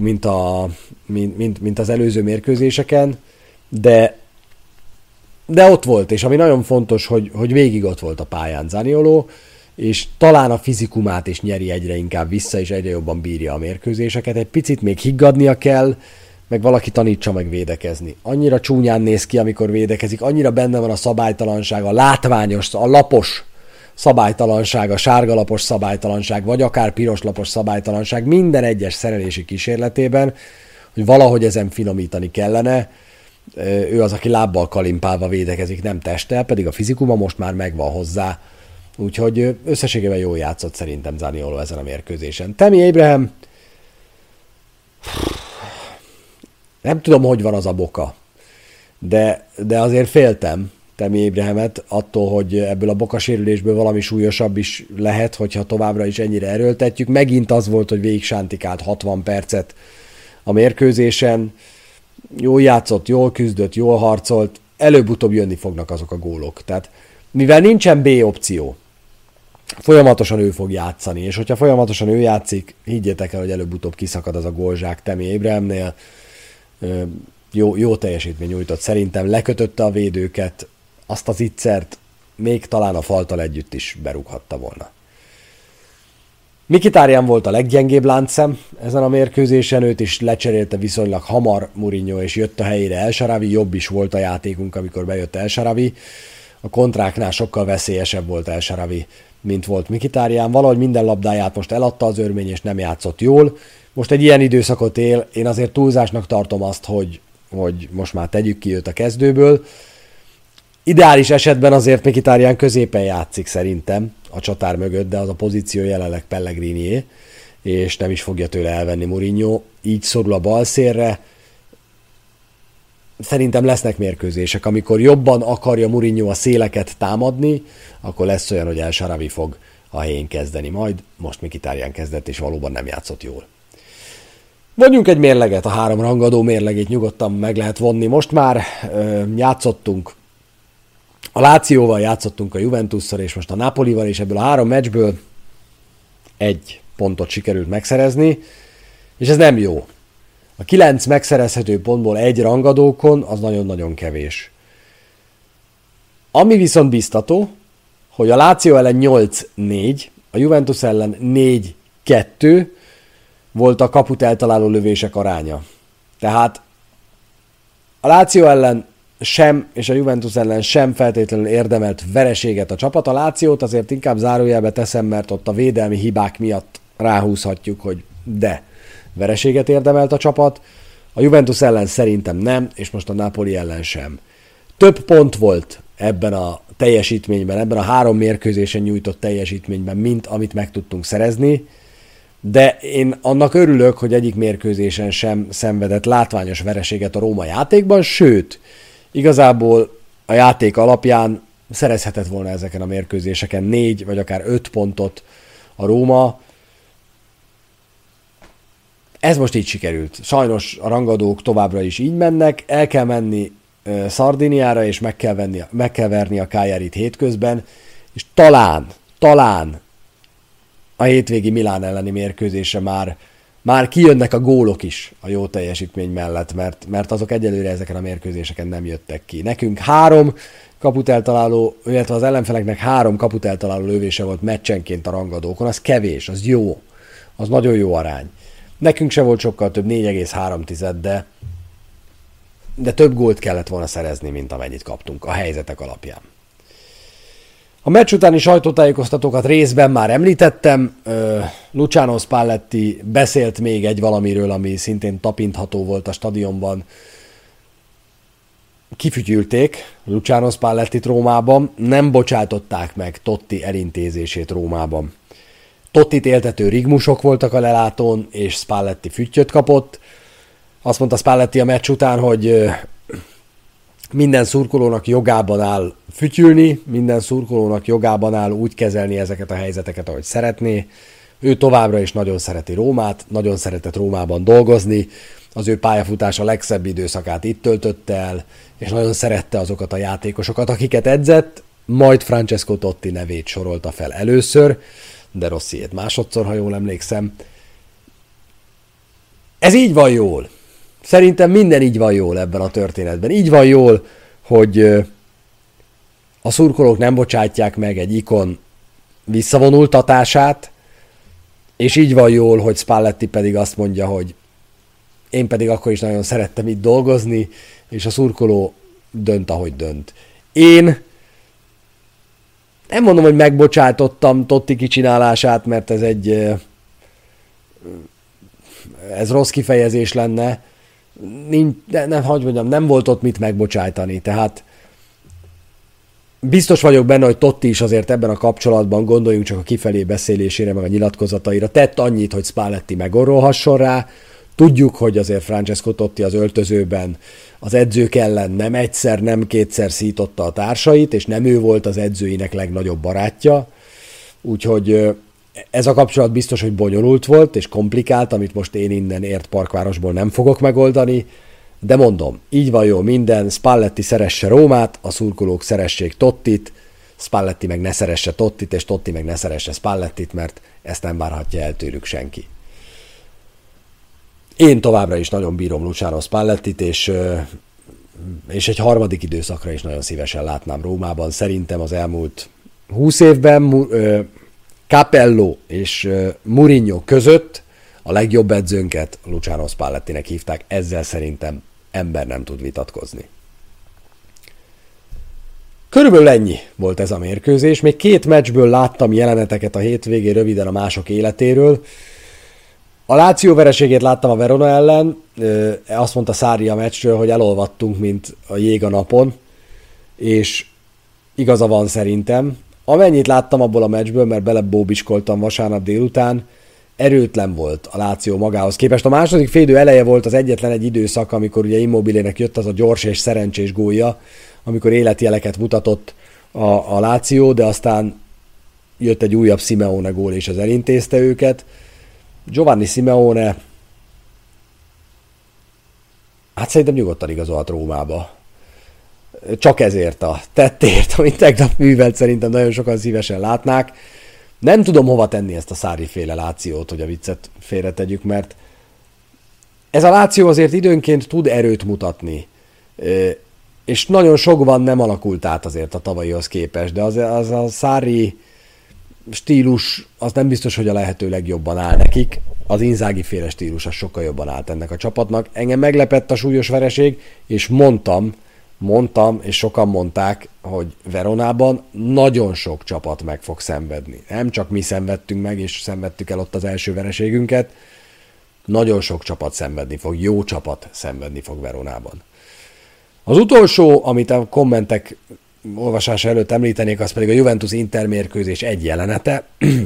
mint az előző mérkőzéseken, de ott volt, és ami nagyon fontos, hogy végig ott volt a pályán Zaniolo, és talán a fizikumát is nyeri egyre inkább vissza, és egyre jobban bírja a mérkőzéseket. Egy picit még higgadnia kell, meg valaki tanítsa meg védekezni. Annyira csúnyán néz ki, amikor védekezik, annyira benne van a szabálytalanság, a látványos, a lapos szabálytalanság, a sárgalapos szabálytalanság, vagy akár piroslapos szabálytalanság minden egyes szerelési kísérletében, hogy valahogy ezen finomítani kellene. Ő az, aki lábbal kalimpálva védekezik, nem testtel, pedig a fizikuma most már megvan hozzá. Úgyhogy összességében jól játszott szerintem Zaniolo ezen a mérkőzésen. Tammy Abraham, nem tudom, hogy van az a boka, de azért féltem Tammy Abrahamet attól, hogy ebből a bokasérülésből valami súlyosabb is lehet, hogyha továbbra is ennyire erőltetjük. Megint az volt, hogy végig sántikált 60 percet a mérkőzésen. Jól játszott, jól küzdött, jól harcolt, előbb-utóbb jönni fognak azok a gólok. Tehát mivel nincsen B opció, folyamatosan ő fog játszani, és hogyha folyamatosan ő játszik, higgyétek el, hogy előbb-utóbb kiszakad az a gólzsák Tammy Abrahamnél. Jó teljesítmény nyújtott, szerintem lekötötte a védőket, azt az ittszert még talán a faltal együtt is berúghatta volna. Mkhitaryan volt a leggyengébb láncszem ezen a mérkőzésen, őt is lecserélte viszonylag hamar Mourinho, és jött a helyére El Shaarawy, jobb is volt a játékunk, amikor bejött El Shaarawy. A kontráknál sokkal veszélyesebb volt El Shaarawy, mint volt Mkhitaryan. Valahogy minden labdáját most eladta az örmény, és nem játszott jól. Most egy ilyen időszakot él, én azért túlzásnak tartom azt, hogy most már tegyük ki őt a kezdőből. Ideális esetben azért Mkhitaryan középen játszik szerintem a csatár mögött, de az a pozíció jelenleg Pellegrinié, és nem is fogja tőle elvenni Mourinho. Így szorul a balszélre. Szerintem lesznek mérkőzések, amikor jobban akarja Mourinho a széleket támadni, akkor lesz olyan, hogy El Shaarawy fog a helyén kezdeni majd. Most Mkhitaryan kezdett, és valóban nem játszott jól. Vonjunk egy mérleget, a 3 rangadó mérlegét nyugodtan meg lehet vonni. Most már játszottunk a Lációval, játszottunk a Juventusszal, és most a Napolival, és ebből a 3 meccsből 1 pontot sikerült megszerezni, és ez nem jó. A 9 megszerezhető pontból 1 rangadókon, az nagyon-nagyon kevés. Ami viszont biztató, hogy a Láció ellen 8-4, a Juventus ellen 4-2 volt a kaput eltaláló lövések aránya. Tehát a Láció ellen sem, és a Juventus ellen sem feltétlenül érdemelt vereséget a csapat. A Lációt azért inkább zárójelbe teszem, mert ott a védelmi hibák miatt ráhúzhatjuk, hogy de vereséget érdemelt a csapat. A Juventus ellen szerintem nem, és most a Napoli ellen sem. Több pont volt ebben a teljesítményben, ebben a 3 mérkőzésen nyújtott teljesítményben, mint amit meg tudtunk szerezni, de én annak örülök, hogy egyik mérkőzésen sem szenvedett látványos vereséget a Róma játékban, sőt, igazából a játék alapján szerezhetett volna ezeken a mérkőzéseken 4 vagy akár 5 pontot a Róma. Ez most így sikerült. Sajnos a rangadók továbbra is így mennek, el kell menni Szardiniára, és meg kell verni a Cagliarit hétközben, és talán a hétvégi Milán elleni mérkőzésre már kijönnek a gólok is a jó teljesítmény mellett, mert azok egyelőre ezeken a mérkőzéseken nem jöttek ki. Nekünk 3 kaput eltaláló, illetve az ellenfeleknek 3 kaput eltaláló lövése volt meccsenként a rangadókon, az kevés, az jó, az nagyon jó arány. Nekünk se volt sokkal több, 4,3, de több gólt kellett volna szerezni, mint amennyit kaptunk a helyzetek alapján. A meccs utáni sajtótájékoztatókat részben már említettem, Luciano Spalletti beszélt még egy valamiről, ami szintén tapintható volt a stadionban. Kifütyülték Luciano Spallettit Rómában, nem bocsátották meg Totti elintézését Rómában. Tottit éltető rigmusok voltak a lelátón, és Spalletti füttyöt kapott. Azt mondta Spalletti a meccs után, hogy minden szurkolónak jogában áll fütyülni, minden szurkolónak jogában áll úgy kezelni ezeket a helyzeteket, ahogy szeretné. Ő továbbra is nagyon szereti Rómát, nagyon szeretett Rómában dolgozni, az ő pályafutása legszebb időszakát itt töltötte el, és nagyon szerette azokat a játékosokat, akiket edzett, majd Francesco Totti nevét sorolta fel először, de Rossiét másodszor, ha jól emlékszem. Ez így van jól. Szerintem minden így van jól ebben a történetben. Így van jól, hogy a szurkolók nem bocsátják meg egy ikon visszavonultatását, és így van jól, hogy Spalletti pedig azt mondja, hogy én pedig akkor is nagyon szerettem itt dolgozni, és a szurkoló dönt, ahogy dönt. Én nem mondom, hogy megbocsátottam Totti kicsinálását, mert ez rossz kifejezés lenne, nem volt ott mit megbocsájtani, tehát biztos vagyok benne, hogy Totti is azért ebben a kapcsolatban, gondoljunk csak a kifelé beszélésére, meg a nyilatkozataira, tett annyit, hogy Spalletti megorrolhasson rá. Tudjuk, hogy azért Francesco Totti az öltözőben az edzők ellen nem egyszer, nem kétszer szította a társait, és nem ő volt az edzőinek legnagyobb barátja, úgyhogy ez a kapcsolat biztos, hogy bonyolult volt, és komplikált, amit most én innen ért Parkvárosból nem fogok megoldani, de mondom, így van jó minden, Spalletti szeresse Rómát, a szurkolók szeressék Tottit, Spalletti meg ne szeresse Tottit, és Totti meg ne szeresse Spallettit, mert ezt nem várhatja el tőlük senki. Én továbbra is nagyon bírom Luciano Spallettit, és egy harmadik időszakra is nagyon szívesen látnám Rómában. Szerintem az elmúlt 20 évben Capello és Mourinho között a legjobb edzőnket Luciano Spallettinek hívták. Ezzel szerintem ember nem tud vitatkozni. Körülbelül ennyi volt ez a mérkőzés. Még 2 meccsből láttam jeleneteket a hétvégén röviden a mások életéről. A Lazio vereségét láttam a Verona ellen. Azt mondta Sarri a meccsről, hogy elolvadtunk, mint a jég a napon. És igaza van szerintem. Amennyit láttam abból a meccsből, mert belebóbiskoltam vasárnap délután, erőtlen volt a Lazio magához képest. A második félidő eleje volt az egyetlen egy időszak, amikor ugye Immobilének jött az a gyors és szerencsés gólja, amikor életjeleket mutatott a Lazio, de aztán jött egy újabb Simeone gól, és az elintézte őket. Giovanni Simeone hát szerintem nyugodtan igazolt Rómába. Csak ezért a tettért, amit tegnap művelt, szerintem nagyon sokan szívesen látnák. Nem tudom hova tenni ezt a Sarri-féle Lációt, hogy a viccet félretegyük, mert ez a Lazio azért időnként tud erőt mutatni, és nagyon sokban nem alakult át azért a tavalyihoz képest, de az a Sarri stílus az nem biztos, hogy a lehető legjobban áll nekik. Az Inzaghi-féle stílus az sokkal jobban állt ennek a csapatnak. Engem meglepett a súlyos vereség, és mondtam, és sokan mondták, hogy Veronában nagyon sok csapat meg fog szenvedni. Nem csak mi szenvedtünk meg, és szenvedtük el ott az első vereségünket, nagyon sok csapat szenvedni fog, jó csapat szenvedni fog Veronában. Az utolsó, amit a kommentek olvasása előtt említenék, az pedig a Juventus-Inter mérkőzés egy jelenete.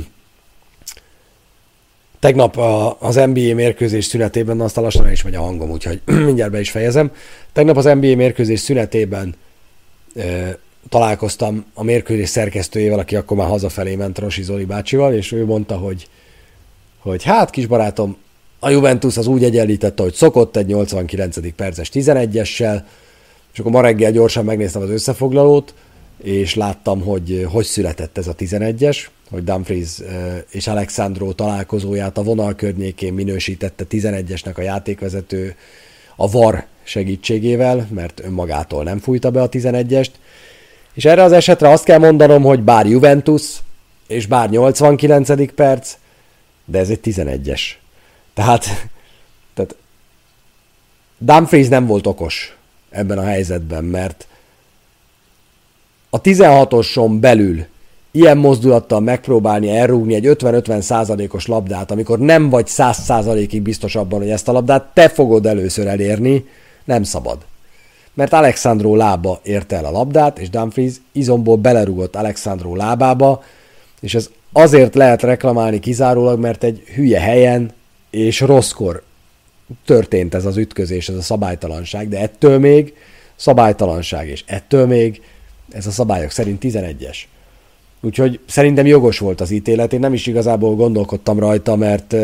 Tegnap az NBA mérkőzés szünetében, aztán lassan is megy a hangom, úgyhogy mindjárt be is fejezem. Tegnap az NBA mérkőzés szünetében találkoztam a mérkőzés szerkesztőjével, aki akkor már hazafelé ment, Rossi Zoli bácsival, és ő mondta, hogy hát kisbarátom, a Juventus az úgy egyenlítette, hogy szokott egy 89. perces 11-essel, és akkor ma reggel gyorsan megnéztem az összefoglalót, és láttam, hogy született ez a 11-es, hogy Dumfries és Alexandro találkozóját a vonal környékén minősítette 11-esnek a játékvezető a VAR segítségével, mert önmagától nem fújta be a 11-est. És erre az esetre azt kell mondanom, hogy bár Juventus, és bár 89. perc, de ez egy 11-es. Tehát Dumfries nem volt okos ebben a helyzetben, mert a 16-oson belül ilyen mozdulattal megpróbálni elrúgni egy 50-50%-os labdát, amikor nem vagy 100%-ig biztos abban, hogy ezt a labdát te fogod először elérni, nem szabad. Mert Alexandro lába érte el a labdát, és Dumfries izomból belerúgott Alexandro lábába, és ez azért lehet reklamálni kizárólag, mert egy hülye helyen és rosszkor történt ez az ütközés, ez a szabálytalanság, de ettől még szabálytalanság, és ettől még ez a szabályok szerint 11-es. Úgyhogy szerintem jogos volt az ítélet, én nem is igazából gondolkodtam rajta, mert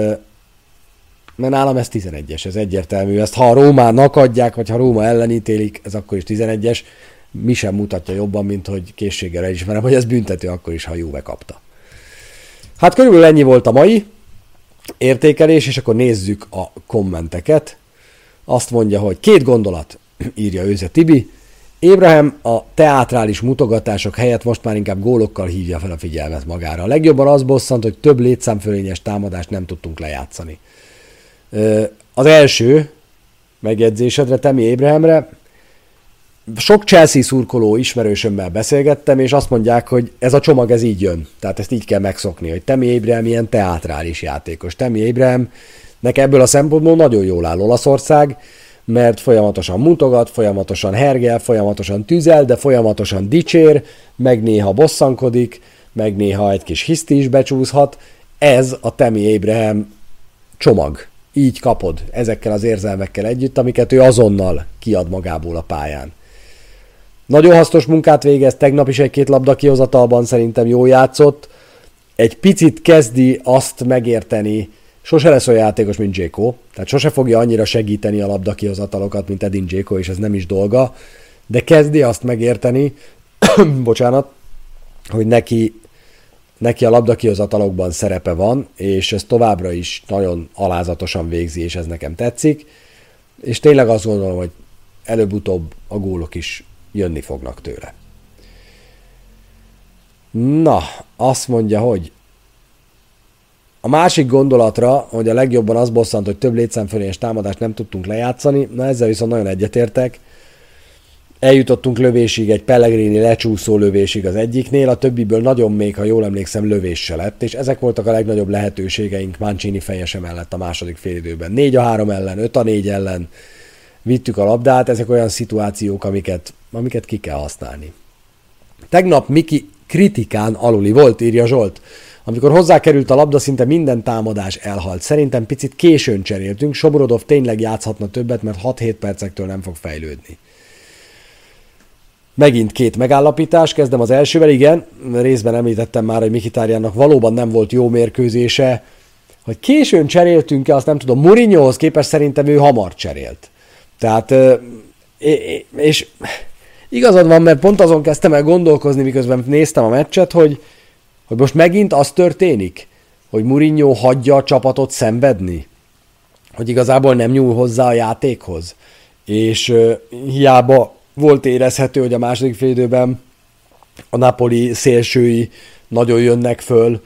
nálam ez 11-es, ez egyértelmű. Ezt ha a Rómának adják, vagy ha Róma ellen ítélik, ez akkor is 11-es. Mi sem mutatja jobban, mint hogy készséggel elismerem, hogy ez büntető akkor is, ha Juve kapta. Hát körülbelül ennyi volt a mai értékelés, és akkor nézzük a kommenteket. Azt mondja, hogy 2 gondolat, írja Őze Tibi. Abraham a teátrális mutogatások helyett most már inkább gólokkal hívja fel a figyelmet magára. A legjobban az bosszant, hogy több létszámfölényes támadást nem tudtunk lejátszani. Az első megjegyzésedre, Tammy Abrahamre, sok Chelsea szurkoló ismerősömmel beszélgettem, és azt mondják, hogy ez a csomag ez így jön. Tehát ezt így kell megszokni, hogy Tammy Abraham ilyen teátrális játékos. Tammy Abrahamnek ebből a szempontból nagyon jól áll Olaszország, mert folyamatosan mutogat, folyamatosan hergel, folyamatosan tüzel, de folyamatosan dicsér, meg néha bosszankodik, meg néha egy kis hiszti is becsúszhat. Ez a Tammy Abraham csomag. Így kapod, ezekkel az érzelmekkel együtt, amiket ő azonnal kiad magából a pályán. Nagyon hasznos munkát végez, tegnap is 1-2 labda kihozatalban szerintem jól játszott. Egy picit kezdi azt megérteni, sose lesz olyan játékos, mint Dzeko, tehát sose fogja annyira segíteni a labda kihozatalokat, mint Edin Dzeko, és ez nem is dolga, de kezdi azt megérteni, bocsánat, hogy neki a labdakihozatalokban szerepe van, és ez továbbra is nagyon alázatosan végzi, és ez nekem tetszik. És tényleg azt gondolom, hogy előbb-utóbb a gólok is jönni fognak tőle. Na, azt mondja, hogy a másik gondolatra, hogy a legjobban az bosszant, hogy több létszámfölényes támadást nem tudtunk lejátszani, na ezzel viszont nagyon egyetértek. Eljutottunk lövésig, egy Pellegrini lecsúszó lövésig az egyiknél, a többiből nagyon még, ha jól emlékszem, lövés se lett, és ezek voltak a legnagyobb lehetőségeink Mancini fejese mellett a második félidőben. 4-3 ellen, 5-4 ellen vittük a labdát, ezek olyan szituációk, amiket ki kell használni. Tegnap Miki kritikán aluli volt, írja Zsolt. Amikor hozzákerült a labda, szinte minden támadás elhalt. Szerintem picit későn cseréltünk, Soborodov tényleg játszhatna többet, mert 6-7 percektől nem fog fejlődni. Megint 2 megállapítás, kezdem az elsővel, igen, részben említettem már, hogy Mkhitaryannak valóban nem volt jó mérkőzése, hogy későn cseréltünk-e, azt nem tudom, Mourinhohoz képest szerintem ő hamar cserélt. Tehát, és igazad van, mert pont azon kezdtem el gondolkozni, miközben néztem a meccset, hogy most megint az történik, hogy Mourinho hagyja a csapatot szenvedni, hogy igazából nem nyúl hozzá a játékhoz, és hiába volt érezhető, hogy a második félidőben a Napoli szélsői nagyon jönnek föl,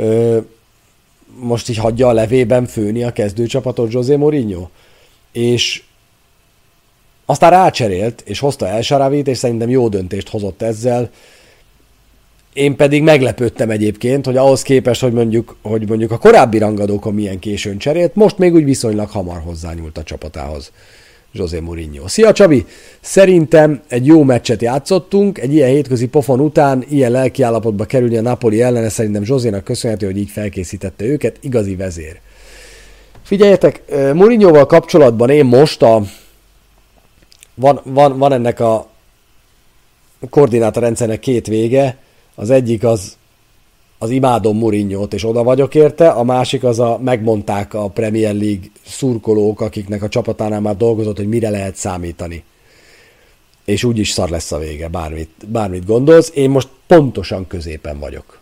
most így hagyja a levében főni a kezdőcsapatot José Mourinho, és aztán rácserélt, és hozta El Shaarawyt, és szerintem jó döntést hozott ezzel. Én pedig meglepődtem egyébként, hogy ahhoz képest, hogy mondjuk a korábbi rangadókon milyen későn cserélt, most még úgy viszonylag hamar hozzányúlt a csapatához José Mourinho. Szia Csabi! Szerintem egy jó meccset játszottunk, egy ilyen hétközi pofon után ilyen lelkiállapotba kerülni a Napoli ellene, szerintem Josénak köszönhető, hogy így felkészítette őket, igazi vezér. Figyeljetek, Mourinhoval kapcsolatban én most van ennek a koordinátorrendszernek 2 vége, az egyik az imádom Mourinhót, és oda vagyok érte, a másik az megmondták a Premier League szurkolók, akiknek a csapatánál már dolgozott, hogy mire lehet számítani. És úgyis szar lesz a vége, bármit gondolsz. Én most pontosan középen vagyok.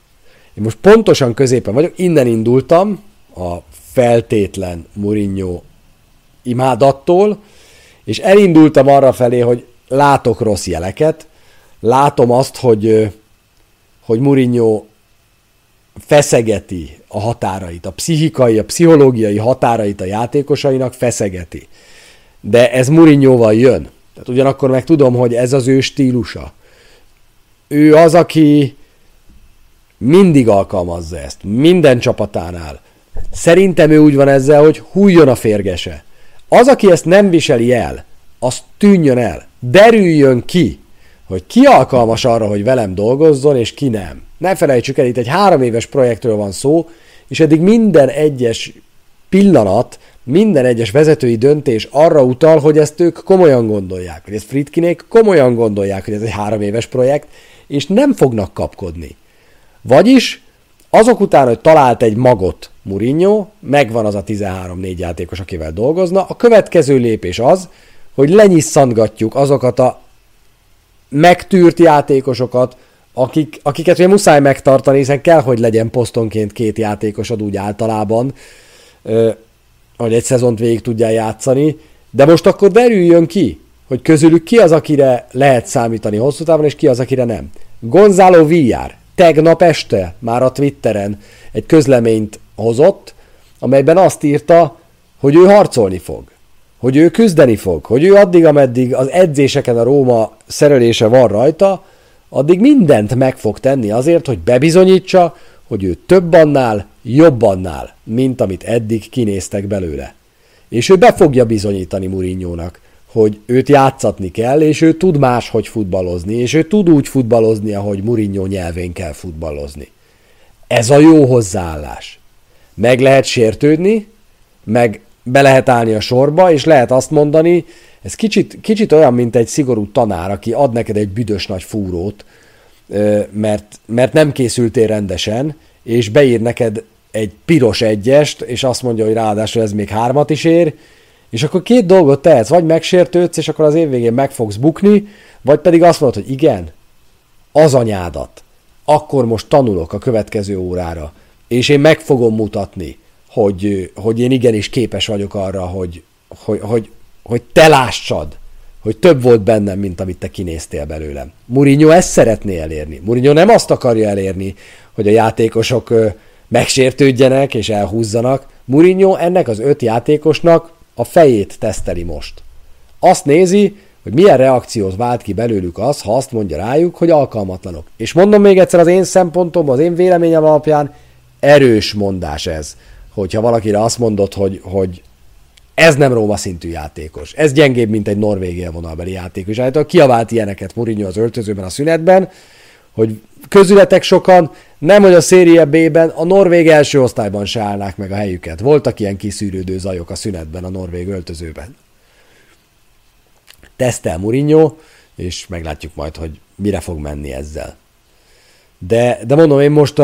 Innen indultam a feltétlen Mourinho imádattól, és elindultam arra felé, hogy látok rossz jeleket, látom azt, hogy Mourinho feszegeti a határait, a pszichológiai határait a játékosainak feszegeti. De ez Mourinhoval jön. Tehát ugyanakkor meg tudom, hogy ez az ő stílusa. Ő az, aki mindig alkalmazza ezt, minden csapatánál. Szerintem ő úgy van ezzel, hogy hújjon a férgese. Az, aki ezt nem viseli el, az tűnjön el. Derüljön ki, hogy ki alkalmas arra, hogy velem dolgozzon, és ki nem. Ne felejtsük el, itt egy 3 éves projektről van szó, és eddig minden egyes pillanat, minden egyes vezetői döntés arra utal, hogy ezt ők komolyan gondolják, hogy ezt Friedkinék komolyan gondolják, hogy ez egy 3 éves projekt, és nem fognak kapkodni. Vagyis azok után, hogy talált egy magot Mourinho, megvan az a 13-4 játékos, akivel dolgozna, a következő lépés az, hogy lenyisszantgatjuk azokat a megtűrt játékosokat, akiket ugye muszáj megtartani, hiszen kell, hogy legyen posztonként 2 játékosod úgy általában, hogy egy szezont végig tudjál játszani, de most akkor derüljön ki, hogy közülük ki az, akire lehet számítani hosszú távon, és ki az, akire nem. Gonzalo Villar tegnap este már a Twitteren egy közleményt hozott, amelyben azt írta, hogy ő harcolni fog, hogy ő küzdeni fog, hogy ő addig, ameddig az edzéseken a Róma szerelése van rajta, addig mindent meg fog tenni azért, hogy bebizonyítsa, hogy ő több annál, jobb annál, mint amit eddig kinéztek belőle. És ő be fogja bizonyítani Mourinhónak, hogy őt játszatni kell, és ő tud máshogy futballozni, és ő tud úgy futballozni, ahogy Mourinho nyelvén kell futballozni. Ez a jó hozzáállás. Meg lehet sértődni, meg be lehet állni a sorba, és lehet azt mondani, ez kicsit olyan, mint egy szigorú tanár, aki ad neked egy büdös nagy fúrót, mert nem készültél rendesen, és beír neked egy piros 1-est, és azt mondja, hogy ráadásul ez még 3-at is ér, és akkor 2 dolgot tehetsz, vagy megsértődsz, és akkor az év végén meg fogsz bukni, vagy pedig azt mondod, hogy igen, az anyádat. akkor most tanulok a következő órára, és én meg fogom mutatni, hogy én igenis képes vagyok arra, hogy te lássad, hogy több volt bennem, mint amit te kinéztél belőlem. Mourinho ezt szeretné elérni. Mourinho nem azt akarja elérni, hogy a játékosok megsértődjenek és elhúzzanak. Mourinho ennek az 5 játékosnak a fejét teszteli most. Azt nézi, hogy milyen reakciót vált ki belőlük az, ha azt mondja rájuk, hogy alkalmatlanok. És mondom még egyszer, az én szempontom, az én véleményem alapján erős mondás ez, hogyha valakire azt mondod, hogy ez nem Róma szintű játékos. Ez gyengébb, mint egy norvég élvonalbeli játékos. Általában kiavált ilyeneket Mourinho az öltözőben a szünetben, hogy közületek sokan, nem hogy a Serie B-ben, a norvég első osztályban se állnák meg a helyüket. Voltak ilyen kiszűrődő zajok a szünetben a norvég öltözőben. Tesztel Mourinho, és meglátjuk majd, hogy mire fog menni ezzel. De mondom, én most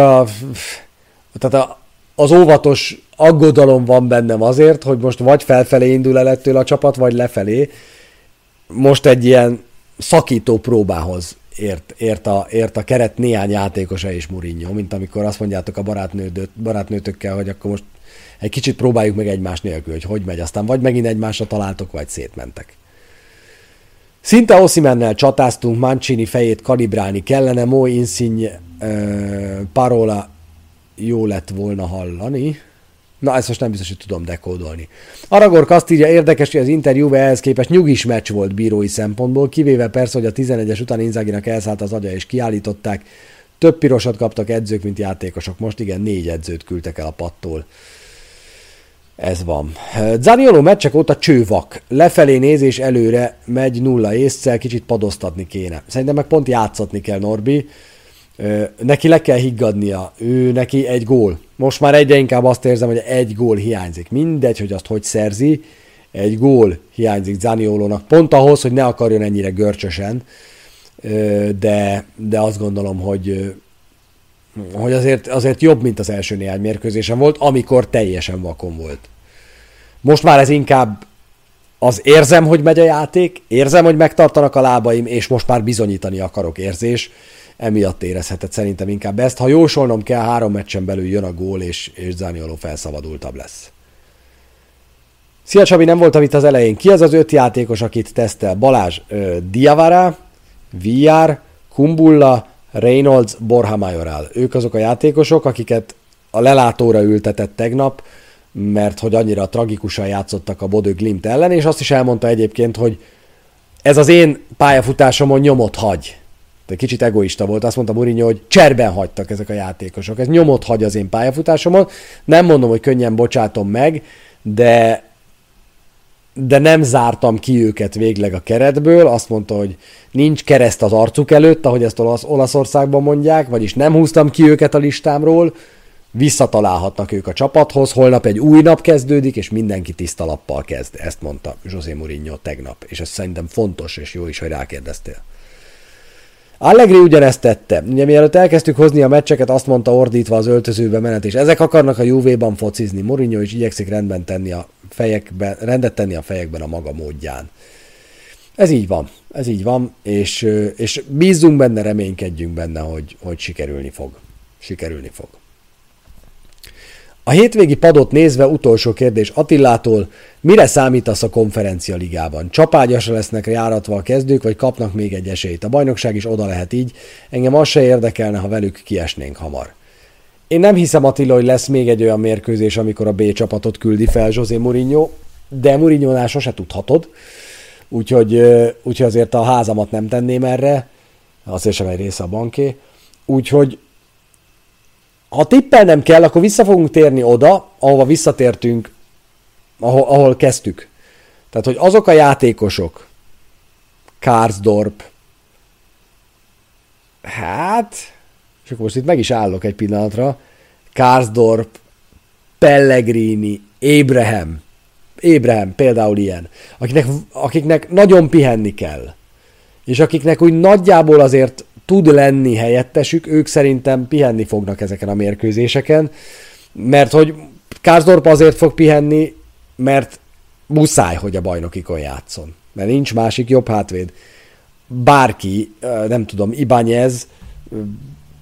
az óvatos aggodalom van bennem azért, hogy most vagy felfelé indul el ettől a csapat, vagy lefelé. Most egy ilyen szakító próbához ért a keret néhány játékosa és Mourinho, mint amikor azt mondjátok a barátnőtökkel, hogy akkor most egy kicsit próbáljuk meg egymás nélkül, hogy megy, aztán vagy megint egymásra találtok, vagy szétmentek. Szinte Osimhennel csatáztunk, Mancini fejét kalibrálni kellene, Mo Insigne parola jó lett volna hallani. Na, ezt most nem biztos, hogy tudom dekódolni. Aragorn azt írja, érdekes, hogy az Inter Juve ehhez képest nyugis meccs volt bírói szempontból, kivéve persze, hogy a 11-es után Inzaghinak elszállt az agya és kiállították. Több pirosat kaptak edzők, mint játékosok. Most igen, 4 edzőt küldtek el a pattól. Ez van. Zanioló meccsek óta csővak. Lefelé néz és előre megy 0 észszel, kicsit padoztatni kéne. Szerintem meg pont játszatni kell, Norbi. Neki le kell higgadnia. Neki egy gól. Most már egyre inkább azt érzem, hogy egy gól hiányzik. Mindegy, hogy azt hogy szerzi. Egy gól hiányzik Zaniolónak. Pont ahhoz, hogy ne akarjon ennyire görcsösen. De azt gondolom, hogy azért jobb, mint az első néhány mérkőzésen volt, amikor teljesen vakon volt. Most már ez inkább az érzem, hogy megy a játék, érzem, hogy megtartanak a lábaim, és most már bizonyítani akarok érzés. Emiatt érezheted szerintem inkább ezt. Ha jósolnom kell, 3 meccsen belül jön a gól, és Zanioló felszabadultabb lesz. Szia Csabi, nem voltam itt az elején. Ki az az 5 játékos, akit tesztel? Balázs, Diawara, Villar, Kumbulla, Reynolds, Borja Mayoral. Ők azok a játékosok, akiket a lelátóra ültetett tegnap, mert hogy annyira tragikusan játszottak a Bodø Glimt ellen, és azt is elmondta egyébként, hogy ez az én pályafutásomon nyomot hagy. De kicsit egoista volt, azt mondta Mourinho, hogy cserben hagytak ezek a játékosok. Ez nyomot hagy az én pályafutásomon. Nem mondom, hogy könnyen bocsátom meg, de nem zártam ki őket végleg a keretből. Azt mondta, hogy nincs kereszt az arcuk előtt, ahogy ezt Olaszországban mondják, vagyis nem húztam ki őket a listámról, visszatalálhatnak ők a csapathoz, holnap egy új nap kezdődik, és mindenki tiszta lappal kezd. Ezt mondta José Mourinho tegnap, és ez szerintem fontos, és jó is, hogy rákérdeztél. Allegri ugyanezt tette. Ugye mielőtt elkezdtük hozni a meccseket, azt mondta ordítva az öltözőbe menet, és ezek akarnak a Juvéban focizni. Mourinho is igyekszik rendet tenni a fejekben a maga módján. Ez így van, és bízzunk benne, reménykedjünk benne, hogy sikerülni fog. A hétvégi padot nézve utolsó kérdés Attilától, mire számítasz a konferencia ligában? Csapágyasra lesznek járatva a kezdők, vagy kapnak még egy esélyt? A bajnokság is oda lehet így. Engem az se érdekelne, ha velük kiesnénk hamar. Én nem hiszem, Attila, hogy lesz még egy olyan mérkőzés, amikor a B csapatot küldi fel José Mourinho, de Mourinho-nál sose tudhatod. Úgyhogy azért a házamat nem tenném erre, azért sem egy része a banké. Úgyhogy ha tippelnem kell, akkor vissza fogunk térni oda, ahova visszatértünk, ahol kezdtük. Tehát, hogy azok a játékosok, Karsdorp, és akkor most itt meg is állok egy pillanatra, Karsdorp, Pellegrini, Abraham például ilyen, akiknek nagyon pihenni kell, és akiknek úgy nagyjából azért tud lenni helyettesük, ők szerintem pihenni fognak ezeken a mérkőzéseken, mert hogy Karsdorp azért fog pihenni, mert muszáj, hogy a bajnokikon játszon. Mert nincs másik jobb hátvéd. Bárki, nem tudom, Ibáñez,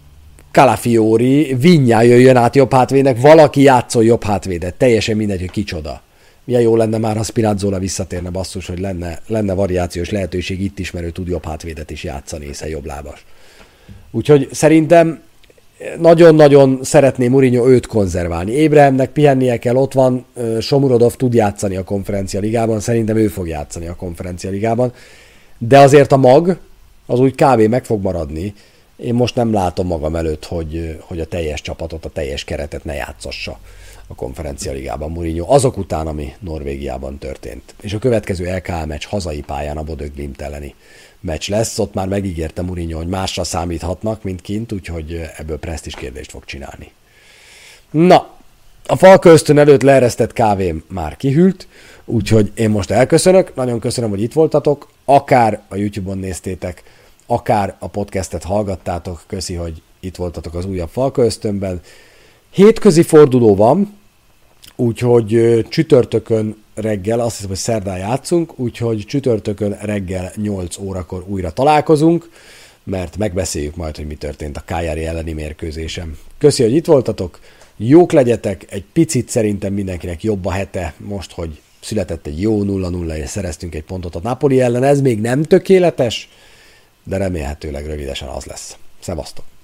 Calafiori, Vigna jöjjön át jobb hátvédnek, valaki játszol jobb hátvédet, teljesen mindegy, hogy kicsoda. Milyen jó lenne már, ha Spinazzola visszatérne, basszus, hogy lenne variációs lehetőség itt is, mert ő tud jobb hátvédet is játszani, hiszen jobb lábas. Úgyhogy szerintem nagyon-nagyon szeretné Mourinho őt konzerválni. Ébrahimnek pihennie kell, ott van, Shomurodov tud játszani a Konferencia Ligában, szerintem ő fog játszani a Konferencia Ligában, de azért a mag az úgy kb. Meg fog maradni. Én most nem látom magam előtt, hogy a teljes csapatot, a teljes keretet ne játszassa a Konferencia Ligában Mourinho, azok után, ami Norvégiában történt. És a következő LKL meccs hazai pályán a Bodø Glimt elleni meccs lesz, ott már megígérte Mourinho, hogy másra számíthatnak, mint kint, úgyhogy ebből presztízs kérdést fog csinálni. Na, a Falka Ösztön előtt leeresztett kávém már kihűlt, úgyhogy én most elköszönök, nagyon köszönöm, hogy itt voltatok, akár a YouTube-on néztétek, akár a podcastet hallgattátok, köszi, hogy itt voltatok az újabb Falka Ösztönben. Hétközi forduló van, úgyhogy csütörtökön reggel, azt hiszem, hogy szerdán játszunk, úgyhogy csütörtökön reggel 8 órakor újra találkozunk, mert megbeszéljük majd, hogy mi történt a Cagliari elleni mérkőzésem. Köszi, hogy itt voltatok, jók legyetek, egy picit szerintem mindenkinek jobb a hete, most, hogy született egy jó 0-0, és szereztünk egy pontot a Napoli ellen, ez még nem tökéletes, de remélhetőleg rövidesen az lesz. Szevasztok!